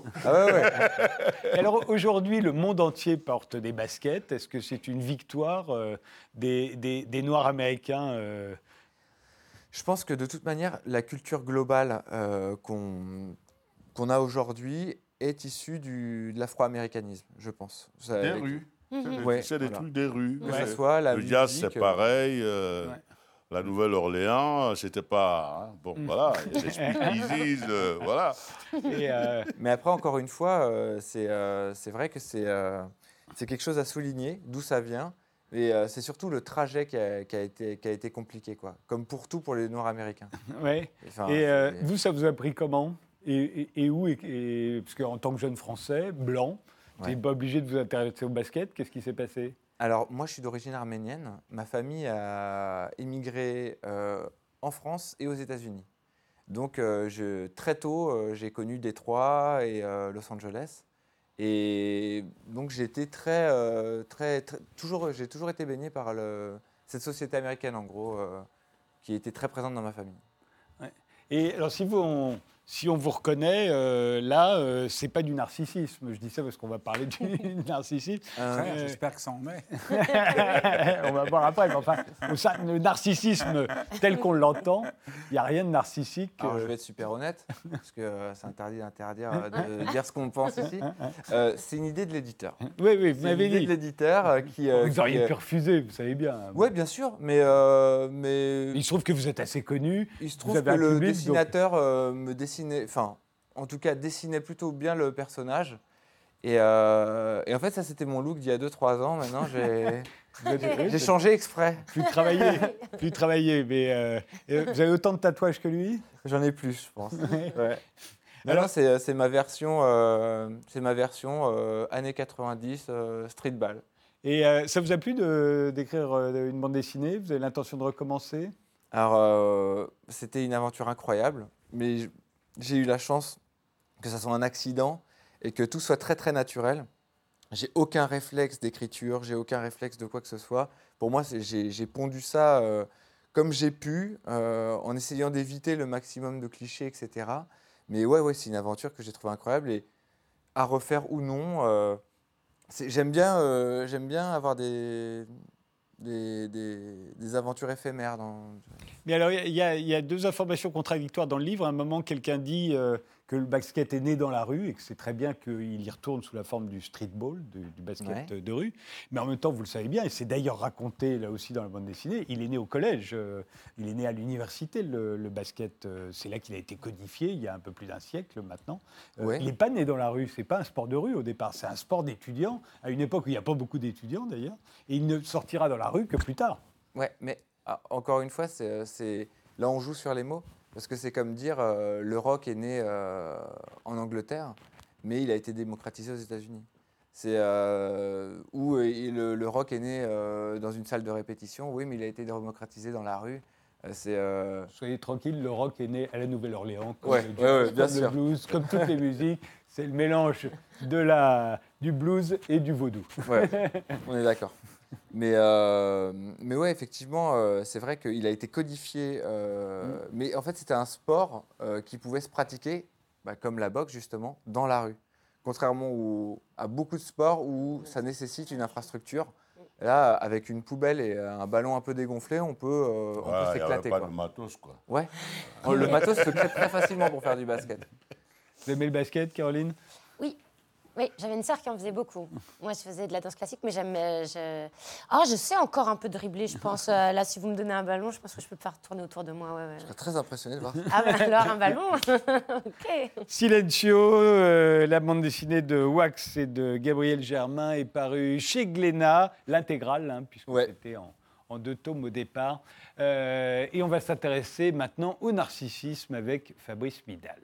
Et alors aujourd'hui, le monde entier porte des baskets. Est-ce que c'est une victoire des Noirs américains Je pense que de toute manière, la culture globale qu'on a aujourd'hui est issue de l'afro-américanisme, je pense. Des rues. C'est des trucs des rues. Que ce soit la le jazz, musique, c'est pareil. La Nouvelle-Orléans, c'était pas... Bon, voilà, il y a des speakeasies, voilà. Mais après, encore une fois, c'est vrai que c'est quelque chose à souligner, d'où ça vient. Et c'est surtout le trajet qui a été compliqué, quoi. Comme pour tout pour les Noirs américains. Ouais. Enfin, et vous, ça vous a pris comment et où parce qu'en tant que jeune Français, blanc, vous n'êtes pas obligé de vous intéresser au basket. Qu'est-ce qui s'est passé ? Alors, moi, je suis d'origine arménienne. Ma famille a émigré en France et aux États-Unis. Donc, très tôt, j'ai connu Détroit et Los Angeles. Et donc, j'ai toujours été baigné par cette société américaine, en gros, qui était très présente dans ma famille. Ouais. Et alors, si on vous reconnaît, c'est pas du narcissisme. Je dis ça parce qu'on va parler du narcissisme. J'espère que ça en est. On va voir après. Mais enfin, le narcissisme tel qu'on l'entend, il n'y a rien de narcissique. Alors, je vais être super honnête, parce que c'est interdit d'interdire de dire ce qu'on pense ici. C'est une idée de l'éditeur. Oui, vous m'avez dit. C'est une idée de l'éditeur qui... vous auriez pu refuser, vous savez bien. Oui, bien sûr, mais... Il se trouve que vous êtes assez connu. Il se trouve que le dessinateur me dessinait... Enfin, en tout cas, dessinait plutôt bien le personnage. Et en fait, ça, c'était mon look d'il y a 2-3 ans. Maintenant, j'ai changé exprès. Plus travailler. Mais vous avez autant de tatouages que lui ? J'en ai plus, je pense. Ouais. Alors, c'est ma version, années 90, streetball. Et ça vous a plu d'écrire une bande dessinée ? Vous avez l'intention de recommencer ? Alors, c'était une aventure incroyable, mais j'ai eu la chance que ça soit un accident et que tout soit très, très naturel. J'ai aucun réflexe d'écriture, j'ai aucun réflexe de quoi que ce soit. Pour moi, j'ai pondu ça comme j'ai pu, en essayant d'éviter le maximum de clichés, etc. Mais ouais, c'est une aventure que j'ai trouvée incroyable et à refaire ou non. J'aime bien avoir des aventures éphémères. Mais alors, il y a deux informations contradictoires dans le livre. À un moment, quelqu'un dit que le basket est né dans la rue et que c'est très bien qu'il y retourne sous la forme du streetball, du basket de rue. Mais en même temps, vous le savez bien, et c'est d'ailleurs raconté là aussi dans la bande dessinée, il est né au collège, il est né à l'université, le basket. C'est là qu'il a été codifié, il y a un peu plus d'un siècle maintenant. Il n'est pas né dans la rue, c'est pas un sport de rue au départ, c'est un sport d'étudiants, à une époque où il n'y a pas beaucoup d'étudiants d'ailleurs, et il ne sortira dans la rue que plus tard. Ouais, mais encore une fois, là on joue sur les mots. Parce que c'est comme dire le rock est né en Angleterre, mais il a été démocratisé aux États-Unis. C'est où le rock est né dans une salle de répétition. Oui, mais il a été démocratisé dans la rue. Soyez tranquille, le rock est né à la Nouvelle-Orléans, comme Ouais, le jazz, bien comme sûr. le blues, comme toutes les musiques. C'est le mélange du blues et du vaudou. Ouais, on est d'accord. Mais ouais, effectivement, c'est vrai qu'il a été codifié. Mais en fait, c'était un sport qui pouvait se pratiquer, comme la boxe justement, dans la rue. Contrairement à beaucoup de sports où ça nécessite une infrastructure. Là, avec une poubelle et un ballon un peu dégonflé, on peut Il n'y avait s'éclater. pas de matos, quoi. Ouais. Le matos se crée très facilement pour faire du basket. Vous aimez le basket, Caroline? Oui, j'avais une sœur qui en faisait beaucoup. Moi, je faisais de la danse classique, mais je sais encore un peu dribbler, je pense. Là, si vous me donnez un ballon, je pense que je peux faire tourner autour de moi. Ouais. Je serais très impressionné de voir ça. Ah bah alors, un ballon OK. Silencio, la bande dessinée de Wax et de Gabriel Germain est parue chez Glénat, l'intégrale, puisque c'était en 2 tomes au départ. Et on va s'intéresser maintenant au narcissisme avec Fabrice Midal.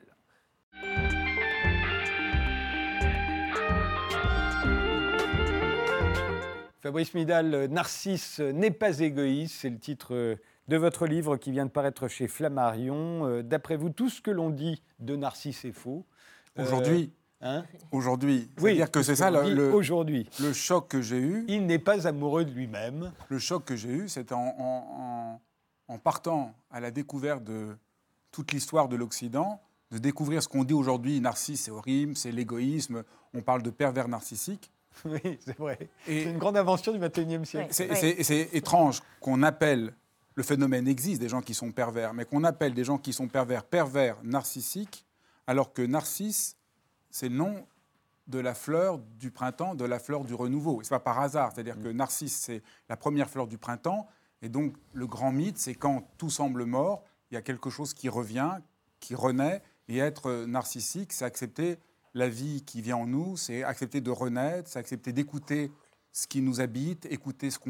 Fabrice Midal, Narcisse n'est pas égoïste, c'est le titre de votre livre qui vient de paraître chez Flammarion. D'après vous, tout ce que l'on dit de Narcisse est faux. Aujourd'hui, Oui, c'est-à-dire que c'est ça aujourd'hui. le choc que j'ai eu. Il n'est pas amoureux de lui-même. Le choc que j'ai eu, c'est en partant à la découverte de toute l'histoire de l'Occident, de découvrir ce qu'on dit aujourd'hui, Narcisse, c'est horrible, c'est l'égoïsme, on parle de pervers narcissique. Oui, c'est vrai. Et c'est une grande invention du XXIe siècle. C'est étrange qu'on appelle, le phénomène existe, des gens qui sont pervers, mais qu'on appelle des gens qui sont pervers narcissiques, alors que Narcisse, c'est le nom de la fleur du printemps, de la fleur du renouveau. Et ce n'est pas par hasard, c'est-à-dire que Narcisse, c'est la première fleur du printemps, et donc le grand mythe, c'est quand tout semble mort, il y a quelque chose qui revient, qui renaît, et être narcissique, c'est accepter la vie qui vient en nous, c'est accepter de renaître, c'est accepter d'écouter ce qui nous habite, écouter ce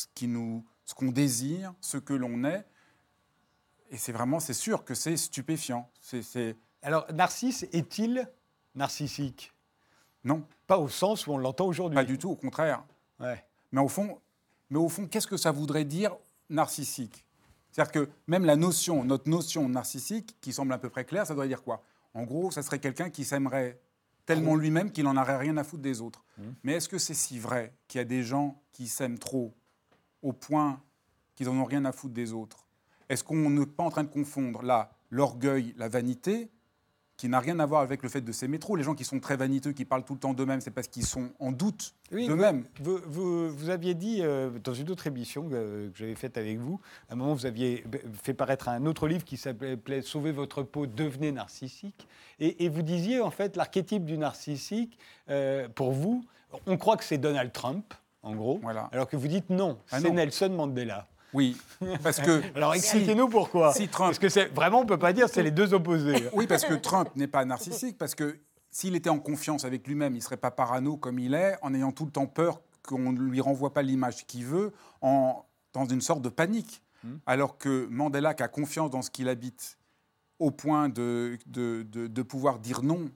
qu'on désire, ce que l'on est. Et c'est sûr que c'est stupéfiant. Alors, Narcisse est-il narcissique? Non. Pas au sens où on l'entend aujourd'hui. Pas du tout, au contraire. Ouais. Mais au fond, qu'est-ce que ça voudrait dire narcissique? C'est-à-dire que même notre notion narcissique, qui semble à peu près claire, ça doit dire quoi? En gros, ça serait quelqu'un qui s'aimerait tellement lui-même qu'il n'en aurait rien à foutre des autres. Mais est-ce que c'est si vrai qu'il y a des gens qui s'aiment trop au point qu'ils n'en ont rien à foutre des autres? Est-ce qu'on n'est pas en train de confondre là l'orgueil, la vanité, qui n'a rien à voir avec le fait de s'aimer trop? Les gens qui sont très vaniteux, qui parlent tout le temps d'eux-mêmes, c'est parce qu'ils sont en doute d'eux-mêmes. Vous aviez dit, dans une autre émission que j'avais faite avec vous, à un moment, vous aviez fait paraître un autre livre qui s'appelait « Sauvez votre peau, devenez narcissique ». Et vous disiez, en fait, l'archétype du narcissique, pour vous, on croit que c'est Donald Trump, en gros, alors que vous dites non, c'est Nelson Mandela. Oui, parce que... Alors expliquez-nous pourquoi. Parce que vraiment, on ne peut pas dire c'est les deux opposés. Oui, parce que Trump n'est pas narcissique, parce que s'il était en confiance avec lui-même, il ne serait pas parano comme il est, en ayant tout le temps peur qu'on ne lui renvoie pas l'image qu'il veut, dans une sorte de panique. Alors que Mandela, qui a confiance dans ce qu'il habite, au point de pouvoir dire non,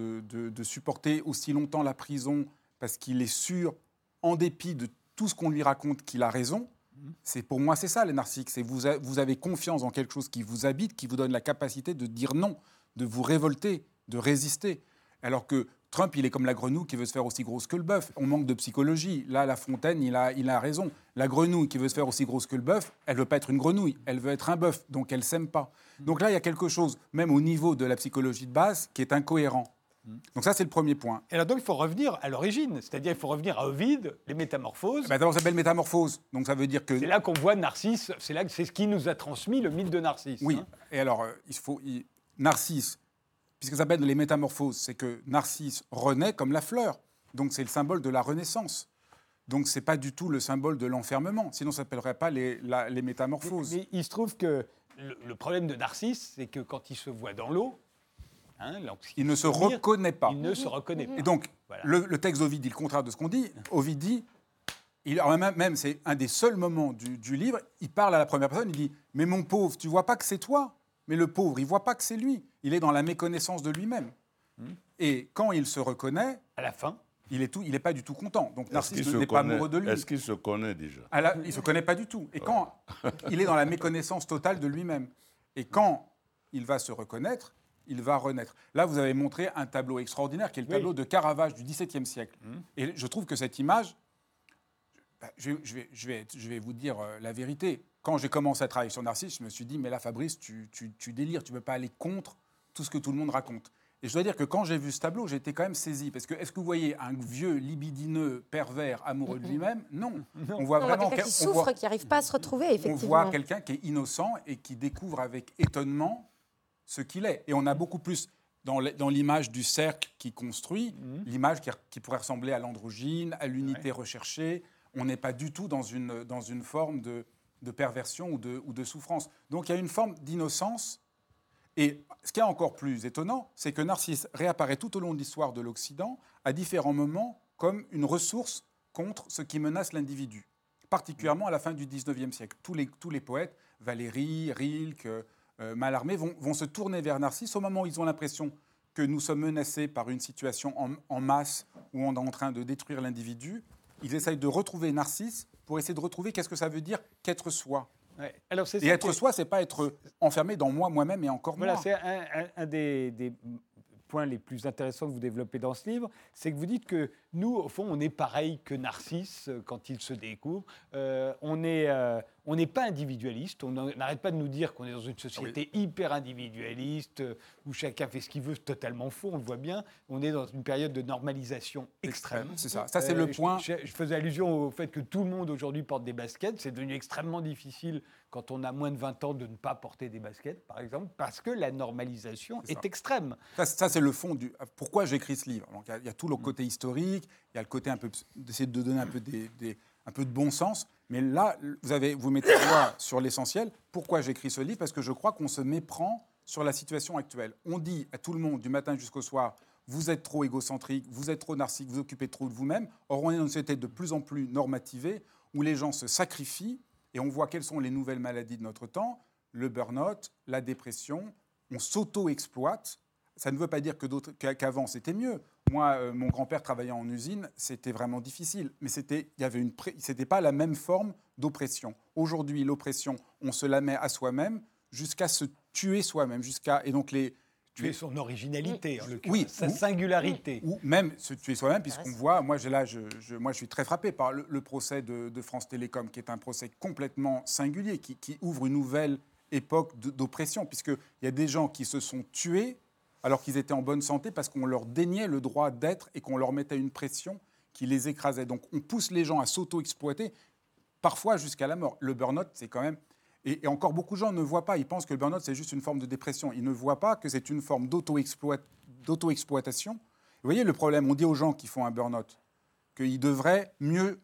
de supporter aussi longtemps la prison, parce qu'il est sûr, en dépit de tout ce qu'on lui raconte, qu'il a raison. Pour moi, c'est ça, les narcissiques. C'est vous avez confiance en quelque chose qui vous habite, qui vous donne la capacité de dire non, de vous révolter, de résister. Alors que Trump, il est comme la grenouille qui veut se faire aussi grosse que le bœuf. On manque de psychologie. Là, La Fontaine, il a raison. La grenouille qui veut se faire aussi grosse que le bœuf, elle ne veut pas être une grenouille, elle veut être un bœuf, donc elle ne s'aime pas. Donc là, il y a quelque chose, même au niveau de la psychologie de base, qui est incohérent. Donc ça, c'est le premier point. Et alors donc, il faut revenir à l'origine, c'est-à-dire il faut revenir à Ovide, les métamorphoses. D'abord, ça s'appelle métamorphose, donc ça veut dire que... C'est là qu'on voit Narcisse, c'est ce qui nous a transmis le mythe de Narcisse. Oui, et alors, Narcisse, puisque ça s'appelle les métamorphoses, c'est que Narcisse renaît comme la fleur, donc c'est le symbole de la renaissance. Donc c'est pas du tout le symbole de l'enfermement, sinon ça ne s'appellerait pas les métamorphoses. Mais il se trouve que le problème de Narcisse, c'est que quand il se voit dans l'eau, il ne se reconnaît pas. Il ne se reconnaît pas. Et donc, le texte d'Ovide dit le contraire de ce qu'on dit. Ovide dit, même c'est un des seuls moments du livre, il parle à la première personne, il dit « Mais mon pauvre, tu vois pas que c'est toi ?» Mais le pauvre, il voit pas que c'est lui. Il est dans la méconnaissance de lui-même. Et quand il se reconnaît... À la fin. il n'est pas du tout content. Donc Est-ce qu'il Narcisse se n'est pas connaît? amoureux de lui. Est-ce qu'il se connaît déjà? Ah là, il ne se connaît pas du tout. Et quand il est dans la méconnaissance totale de lui-même, et quand il va se reconnaître, il va renaître. Là, vous avez montré un tableau extraordinaire, qui est le tableau de Caravage du XVIIe siècle. Et je trouve que cette image, je vais vous dire la vérité. Quand j'ai commencé à travailler sur Narcisse, je me suis dit, mais là, Fabrice, tu délires, tu ne peux pas aller contre tout ce que tout le monde raconte. Et je dois dire que quand j'ai vu ce tableau, j'ai été quand même saisi. Parce que est-ce que vous voyez un vieux libidineux, pervers, amoureux de lui-même? Non. On voit On voit vraiment quelqu'un qui souffre, qui n'arrive pas à se retrouver, effectivement. on voit quelqu'un qui est innocent et qui découvre avec étonnement ce qu'il est. Et on a beaucoup plus, dans l'image du cercle qui construit, l'image qui pourrait ressembler à l'androgyne, à l'unité recherchée. On n'est pas du tout dans une forme de perversion ou de souffrance. Donc il y a une forme d'innocence. Et ce qui est encore plus étonnant, c'est que Narcisse réapparaît tout au long de l'histoire de l'Occident, à différents moments, comme une ressource contre ce qui menace l'individu. Particulièrement à la fin du XIXe siècle. Tous les poètes, Valéry, Rilke, Mallarmé, vont se tourner vers Narcisse au moment où ils ont l'impression que nous sommes menacés par une situation en masse où on est en train de détruire l'individu. Ils essayent de retrouver Narcisse pour essayer de retrouver qu'est-ce que ça veut dire qu'être soi. Ouais. Alors, Et être soi, c'est pas être enfermé dans moi-même et encore Voilà, moi. c'est un des points les plus intéressants que vous développez dans ce livre, c'est que vous dites que nous, au fond, on est pareil que Narcisse quand il se découvre. On n'est pas individualiste. On n'arrête pas de nous dire qu'on est dans une société hyper individualiste où chacun fait ce qu'il veut, totalement faux, on le voit bien. On est dans une période de normalisation extrême. C'est ça. Ça, c'est le point. Je faisais allusion au fait que tout le monde aujourd'hui porte des baskets. C'est devenu extrêmement difficile quand on a moins de 20 ans de ne pas porter des baskets, par exemple, parce que la normalisation est extrême. Ça, c'est le fond du. Pourquoi j'écris ce livre? Donc, il y a tout le côté historique, il y a le côté un peu d'essayer de donner un peu un peu de bon sens. Mais là, vous mettez le doigt sur l'essentiel. Pourquoi j'écris ce livre? Parce que je crois qu'on se méprend sur la situation actuelle. On dit à tout le monde, du matin jusqu'au soir, vous êtes trop égocentrique, vous êtes trop narcissique, vous occupez trop de vous-même. Or, on est dans une société de plus en plus normativée, où les gens se sacrifient, et on voit quelles sont les nouvelles maladies de notre temps, le burn-out, la dépression, on s'auto-exploite. Ça ne veut pas dire qu'avant, c'était mieux. Moi, mon grand-père travaillait en usine, c'était vraiment difficile. Mais c'était pas la même forme d'oppression. Aujourd'hui, l'oppression, on se la met à soi-même jusqu'à se tuer soi-même. Et donc tuer son originalité, en l'occurrence, oui, sa singularité. Ou même se tuer soi-même, puisqu'on voit, moi je suis très frappé par le procès de France Télécom, qui est un procès complètement singulier, qui ouvre une nouvelle époque d'oppression, puisqu'il y a des gens qui se sont tués alors qu'ils étaient en bonne santé parce qu'on leur déniait le droit d'être et qu'on leur mettait une pression qui les écrasait. Donc on pousse les gens à s'auto-exploiter, parfois jusqu'à la mort. Le burn-out, c'est quand même... Et encore beaucoup de gens ne voient pas, ils pensent que le burn-out, c'est juste une forme de dépression. Ils ne voient pas que c'est une forme d'auto-exploitation. Vous voyez le problème, on dit aux gens qui font un burn-out qu'ils devraient mieux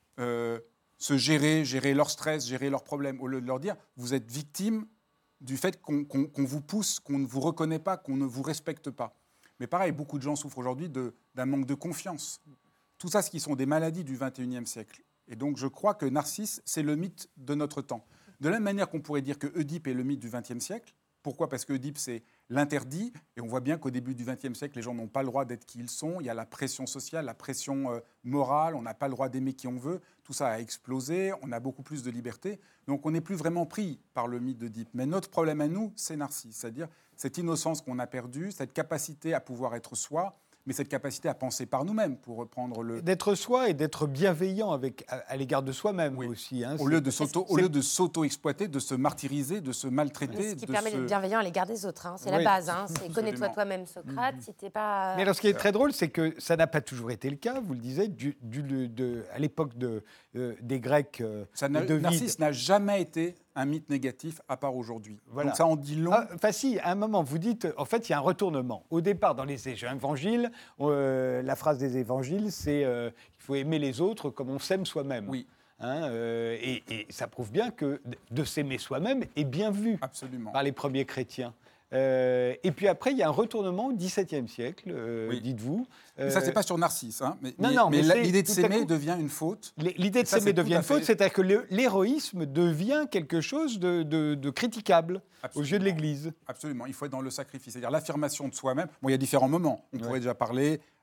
se gérer leur stress, gérer leurs problèmes, au lieu de leur dire, vous êtes victime du fait qu'on vous pousse, qu'on ne vous reconnaît pas, qu'on ne vous respecte pas. Mais pareil, beaucoup de gens souffrent aujourd'hui d'un manque de confiance. Tout ça, ce qui sont des maladies du XXIe siècle. Et donc, je crois que Narcisse, c'est le mythe de notre temps. De la même manière qu'on pourrait dire que Oedipe est le mythe du XXe siècle. Pourquoi? Parce que Oedipe, c'est l'interdit. Et on voit bien qu'au début du XXe siècle, les gens n'ont pas le droit d'être qui ils sont. Il y a la pression sociale, la pression morale. On n'a pas le droit d'aimer qui on veut. Tout ça a explosé. On a beaucoup plus de liberté. Donc, on n'est plus vraiment pris par le mythe d'Oedipe. Mais notre problème à nous, c'est Narcisse. C'est-à-dire cette innocence qu'on a perdue, cette capacité à pouvoir être soi, mais cette capacité à penser par nous-mêmes, pour reprendre le... D'être soi et d'être bienveillant à l'égard de soi-même aussi. Hein, au lieu de s'auto-exploiter, de se martyriser, de se maltraiter. Ce qui permet d'être bienveillant à l'égard des autres. Hein. C'est la base. Hein. C'est connais-toi toi-même, Socrate, si t'es pas... Mais alors, ce qui est très drôle, c'est que ça n'a pas toujours été le cas, vous le disiez, à l'époque des Grecs. Narcisse n'a jamais été un mythe négatif, à part aujourd'hui. Voilà. Donc ça en dit long. Enfin si, à un moment, vous dites, en fait, il y a un retournement. Au départ, dans les évangiles, la phrase des évangiles, c'est il faut aimer les autres comme on s'aime soi-même. Oui. Hein, et ça prouve bien que de s'aimer soi-même est bien vu par les premiers chrétiens. Et puis après, il y a un retournement au XVIIe siècle, dites-vous. Mais ça, c'est pas sur Narcisse. Hein, mais l'idée de s'aimer devient une faute. L'idée de s'aimer devient une faute, c'est-à-dire que l'héroïsme devient quelque chose de critiquable aux yeux de l'Église. Absolument. Il faut être dans le sacrifice, c'est-à-dire l'affirmation de soi-même. Bon, il y a différents moments. On pourrait déjà parler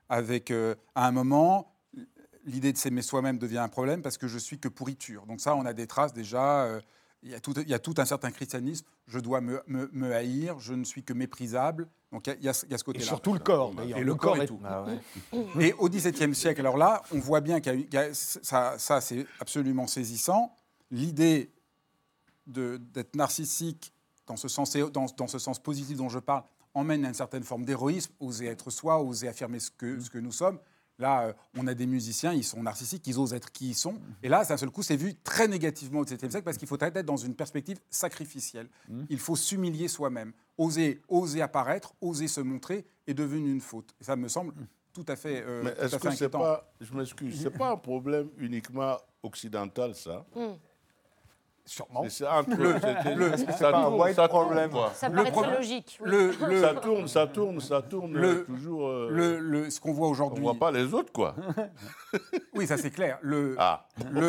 avec, à un moment, l'idée de s'aimer soi-même devient un problème parce que je suis que pourriture. Donc ça, on a des traces déjà. Il y a tout un certain christianisme. Je dois me haïr, je ne suis que méprisable. Donc il y a ce Et côté-là. surtout le corps, d'ailleurs. Et le corps et tout. Ah ouais. Et au XVIIe siècle, alors là, on voit bien ça c'est absolument saisissant. L'idée d'être narcissique, dans ce sens positif dont je parle, emmène à une certaine forme d'héroïsme, oser être soi, oser affirmer ce que nous sommes. Là, on a des musiciens, ils sont narcissiques, ils osent être qui ils sont. Et là, d'un seul coup, c'est vu très négativement au XVIIe siècle parce qu'il faut être dans une perspective sacrificielle. Il faut s'humilier soi-même, oser apparaître, oser se montrer est devenu une faute. Et ça me semble tout à fait Mais tout est-ce à fait que c'est inquiétant. pas, je m'excuse, c'est pas un problème uniquement occidental, ça? Sûrement. C'est entre pas un white problem. quoi. Ça paraît très logique. Oui. Ça tourne toujours. Ce qu'on voit On aujourd'hui. voit pas les autres, quoi. Oui, ça c'est clair. Ah.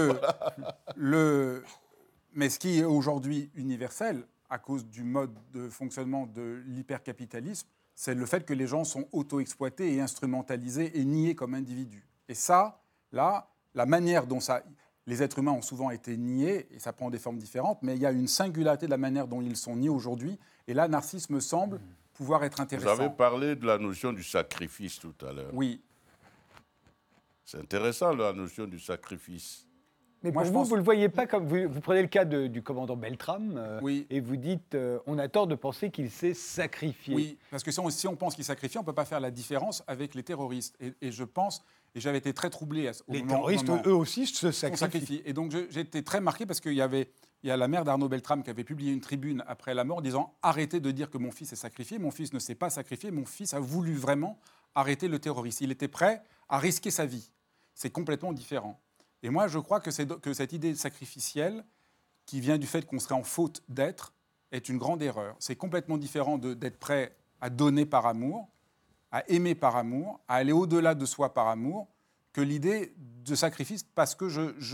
Mais ce qui est aujourd'hui universel, à cause du mode de fonctionnement de l'hypercapitalisme, c'est le fait que les gens sont auto-exploités et instrumentalisés et niés comme individus. Et ça, là, la manière dont les êtres humains ont souvent été niés, et ça prend des formes différentes, mais il y a une singularité de la manière dont ils sont niés aujourd'hui. Et là, Narcisse me semble pouvoir être Vous intéressant. avez parlé de la notion du sacrifice tout à l'heure. Oui. C'est intéressant, la notion du sacrifice. Mais Moi, pour je vous, pense- vous ne le voyez pas comme... Vous prenez le cas du commandant Beltrame Oui. et vous dites on a tort de penser qu'il s'est sacrifié. Oui, parce que si on pense qu'il sacrifie, on ne peut pas faire la différence avec les terroristes. Et je pense, et j'avais été très troublé au Les moment- terroristes, moment- eux aussi, se on sacrifient. sacrifie. Et donc j'ai été très marqué parce qu'il y a la mère d'Arnaud Beltrame qui avait publié une tribune après la mort disant « Arrêtez de dire que mon fils est sacrifié, mon fils ne s'est pas sacrifié, mon fils a voulu vraiment arrêter le terrorisme. Il était prêt à risquer sa vie. » C'est complètement différent. Et moi, je crois que cette idée sacrificielle, qui vient du fait qu'on serait en faute d'être, est une grande erreur. C'est complètement différent d'être prêt à donner par amour, à aimer par amour, à aller au-delà de soi par amour, que l'idée de sacrifice parce que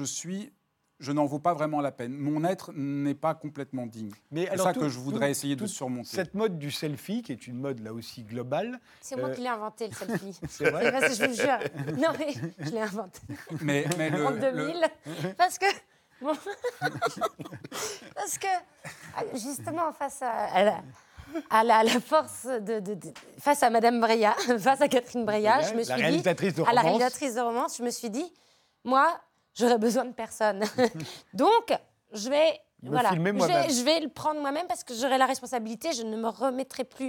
je n'en vaux pas vraiment la peine. Mon être n'est pas complètement digne. Mais C'est alors, ça que je voudrais essayer de toute surmonter. Cette mode du selfie, qui est une mode là aussi globale, C'est moi qui l'ai inventé, le selfie. c'est vrai. Parce que je vous jure. Non, mais je l'ai inventé Mais en 2000. Parce que. bon, parce que, justement, face à la force face à Madame Breillat, face à Catherine Breillat, je me suis la dit. réalisatrice de À la romance. réalisatrice de romance, je me suis dit, moi, j'aurais besoin de personne. Donc, je vais. Me Voilà, filmer moi-même. je vais le prendre moi-même parce que j'aurai la responsabilité, je ne me remettrai plus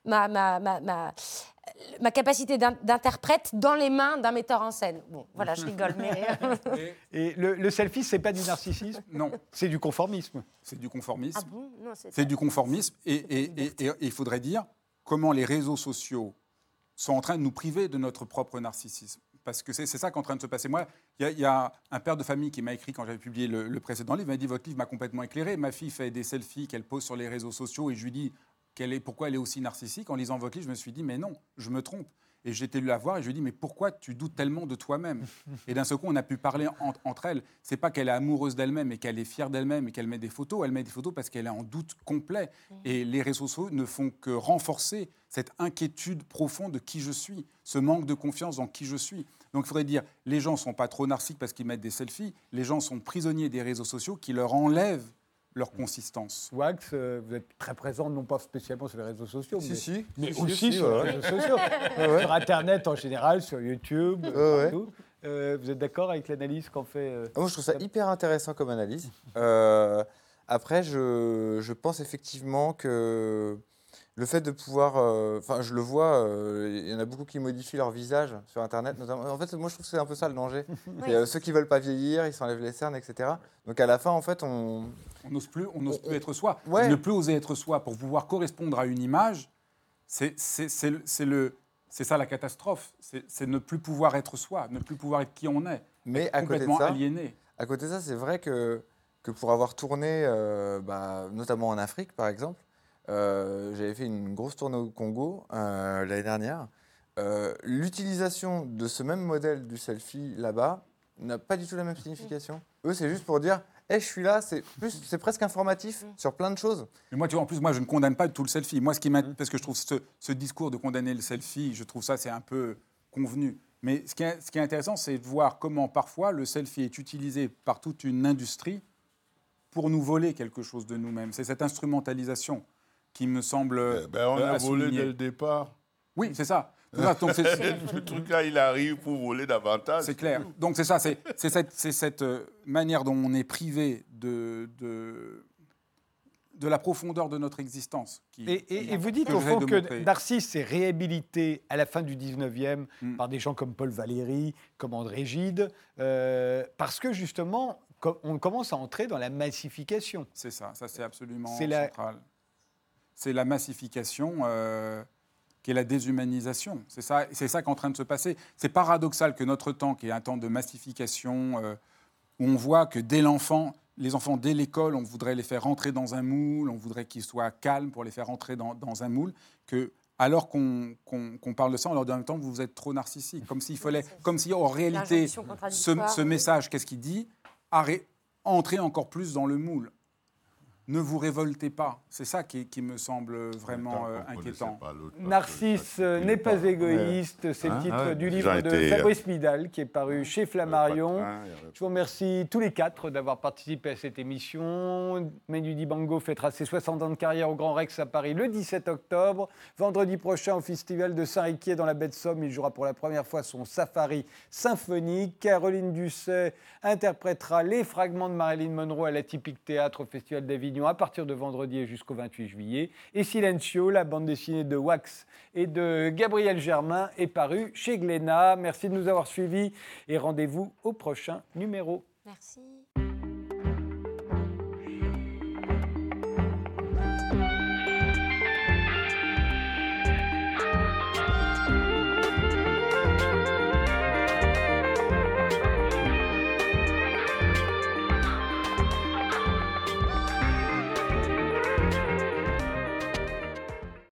ma capacité d'interprète dans les mains d'un metteur en scène. Bon, voilà, je rigole, mais... Et le selfie, c'est pas du narcissisme, Non, c'est du conformisme. c'est du conformisme. Ah bon? Non, C'est du conformisme. Et il faudrait dire comment les réseaux sociaux sont en train de nous priver de notre propre narcissisme. Parce que c'est ça qui est en train de se passer. Moi, il y a un père de famille qui m'a écrit quand j'avais publié le précédent livre. Il m'a dit « Votre livre m'a complètement éclairé. Ma fille fait des selfies qu'elle pose sur les réseaux sociaux. » Et je lui dis pourquoi elle est aussi narcissique. En lisant votre livre, je me suis dit « Mais non, je me trompe. » Et j'étais la voir et je lui ai dit « Mais pourquoi tu doutes tellement de toi-même » Et d'un seul coup, on a pu parler entre elles. C'est pas qu'elle est amoureuse d'elle-même et qu'elle est fière d'elle-même et qu'elle met des photos. Elle met des photos parce qu'elle est en doute complet. Et les réseaux sociaux ne font que renforcer cette inquiétude profonde de qui je suis, ce manque de confiance dans qui je suis. Donc il faudrait dire, les gens ne sont pas trop narcissiques parce qu'ils mettent des selfies, les gens sont prisonniers des réseaux sociaux qui leur enlèvent leur consistance. Wax, vous êtes très présent, non pas spécialement sur les réseaux sociaux, mais Si, aussi sur voilà. les réseaux sociaux. Sur Internet en général, sur YouTube, ouais. partout. Vous êtes d'accord avec l'analyse qu'on fait Moi, je trouve ça hyper intéressant comme analyse. Après, je pense effectivement que le fait de pouvoir... Enfin, je le vois, il y en a beaucoup qui modifient leur visage sur Internet. Notamment. En fait, moi, je trouve que c'est un peu ça le danger. C'est, ceux qui ne veulent pas vieillir, ils s'enlèvent les cernes, etc. Donc, à la fin, en fait, On n'ose plus être soi. Ouais. Ne plus oser être soi pour pouvoir correspondre à une image, c'est ça la catastrophe. C'est ne plus pouvoir être soi, ne plus pouvoir être qui on est. Mais Être à côté de complètement ça, aliéné. À côté de ça, c'est vrai que pour avoir tourné, notamment en Afrique, par exemple, j'avais fait une grosse tournée au Congo l'année dernière. L'utilisation de ce même modèle du selfie là-bas n'a pas du tout la même signification. Eux, c'est juste pour dire « je suis là », c'est presque informatif sur plein de choses. Mais moi, tu vois, en plus, moi, je ne condamne pas tout le selfie. Moi, ce qui parce que je trouve ce discours de condamner le selfie, je trouve ça, c'est un peu convenu. Mais ce qui est intéressant, c'est de voir comment parfois le selfie est utilisé par toute une industrie pour nous voler quelque chose de nous-mêmes. C'est cette instrumentalisation qui me semble On a à volé souligner. dès le départ. Oui, c'est ça. Donc, Le truc-là, il arrive pour voler davantage. c'est clair. Donc c'est ça, c'est cette manière dont on est privé de la profondeur de notre existence. Et vous dites que au j'essaie fond de que montrer. Narcisse s'est réhabilité à la fin du 19e par des gens comme Paul Valéry, comme André Gide, parce que justement, on commence à entrer dans la massification. C'est ça c'est absolument C'est la- central. C'est la massification qui est la déshumanisation. C'est ça qui est en train de se passer. C'est paradoxal que notre temps, qui est un temps de massification, où on voit que dès l'enfant, les enfants, dès l'école, on voudrait les faire rentrer dans un moule, on voudrait qu'ils soient calmes pour les faire rentrer dans un moule, que alors qu'on parle de ça, on leur dit en même temps, vous êtes trop narcissique. Comme s'il fallait, comme si en réalité, L'injonction contradictoire. ce message, qu'est-ce qu'il dit? Entrer encore plus dans le moule. Ne vous révoltez pas. C'est ça qui me semble vraiment inquiétant. Narcisse n'est pas égoïste, c'est le titre du livre de Fabrice Midal qui est paru chez Flammarion. Je vous remercie tous les quatre d'avoir participé à cette émission. Manu Dibango fêtera ses 60 ans de carrière au Grand Rex à Paris le 17 octobre. Vendredi prochain au Festival de Saint-Riquier dans la baie de Somme, il jouera pour la première fois son safari symphonique. Caroline Dusset interprétera les fragments de Marilyn Monroe à l'Atypique Théâtre au Festival d'Avignon à partir de vendredi et jusqu'au 28 juillet. Et Silencio, la bande dessinée de Wax et de Gabriel Germain, est parue chez Glénat. Merci de nous avoir suivis et rendez-vous au prochain numéro. Merci.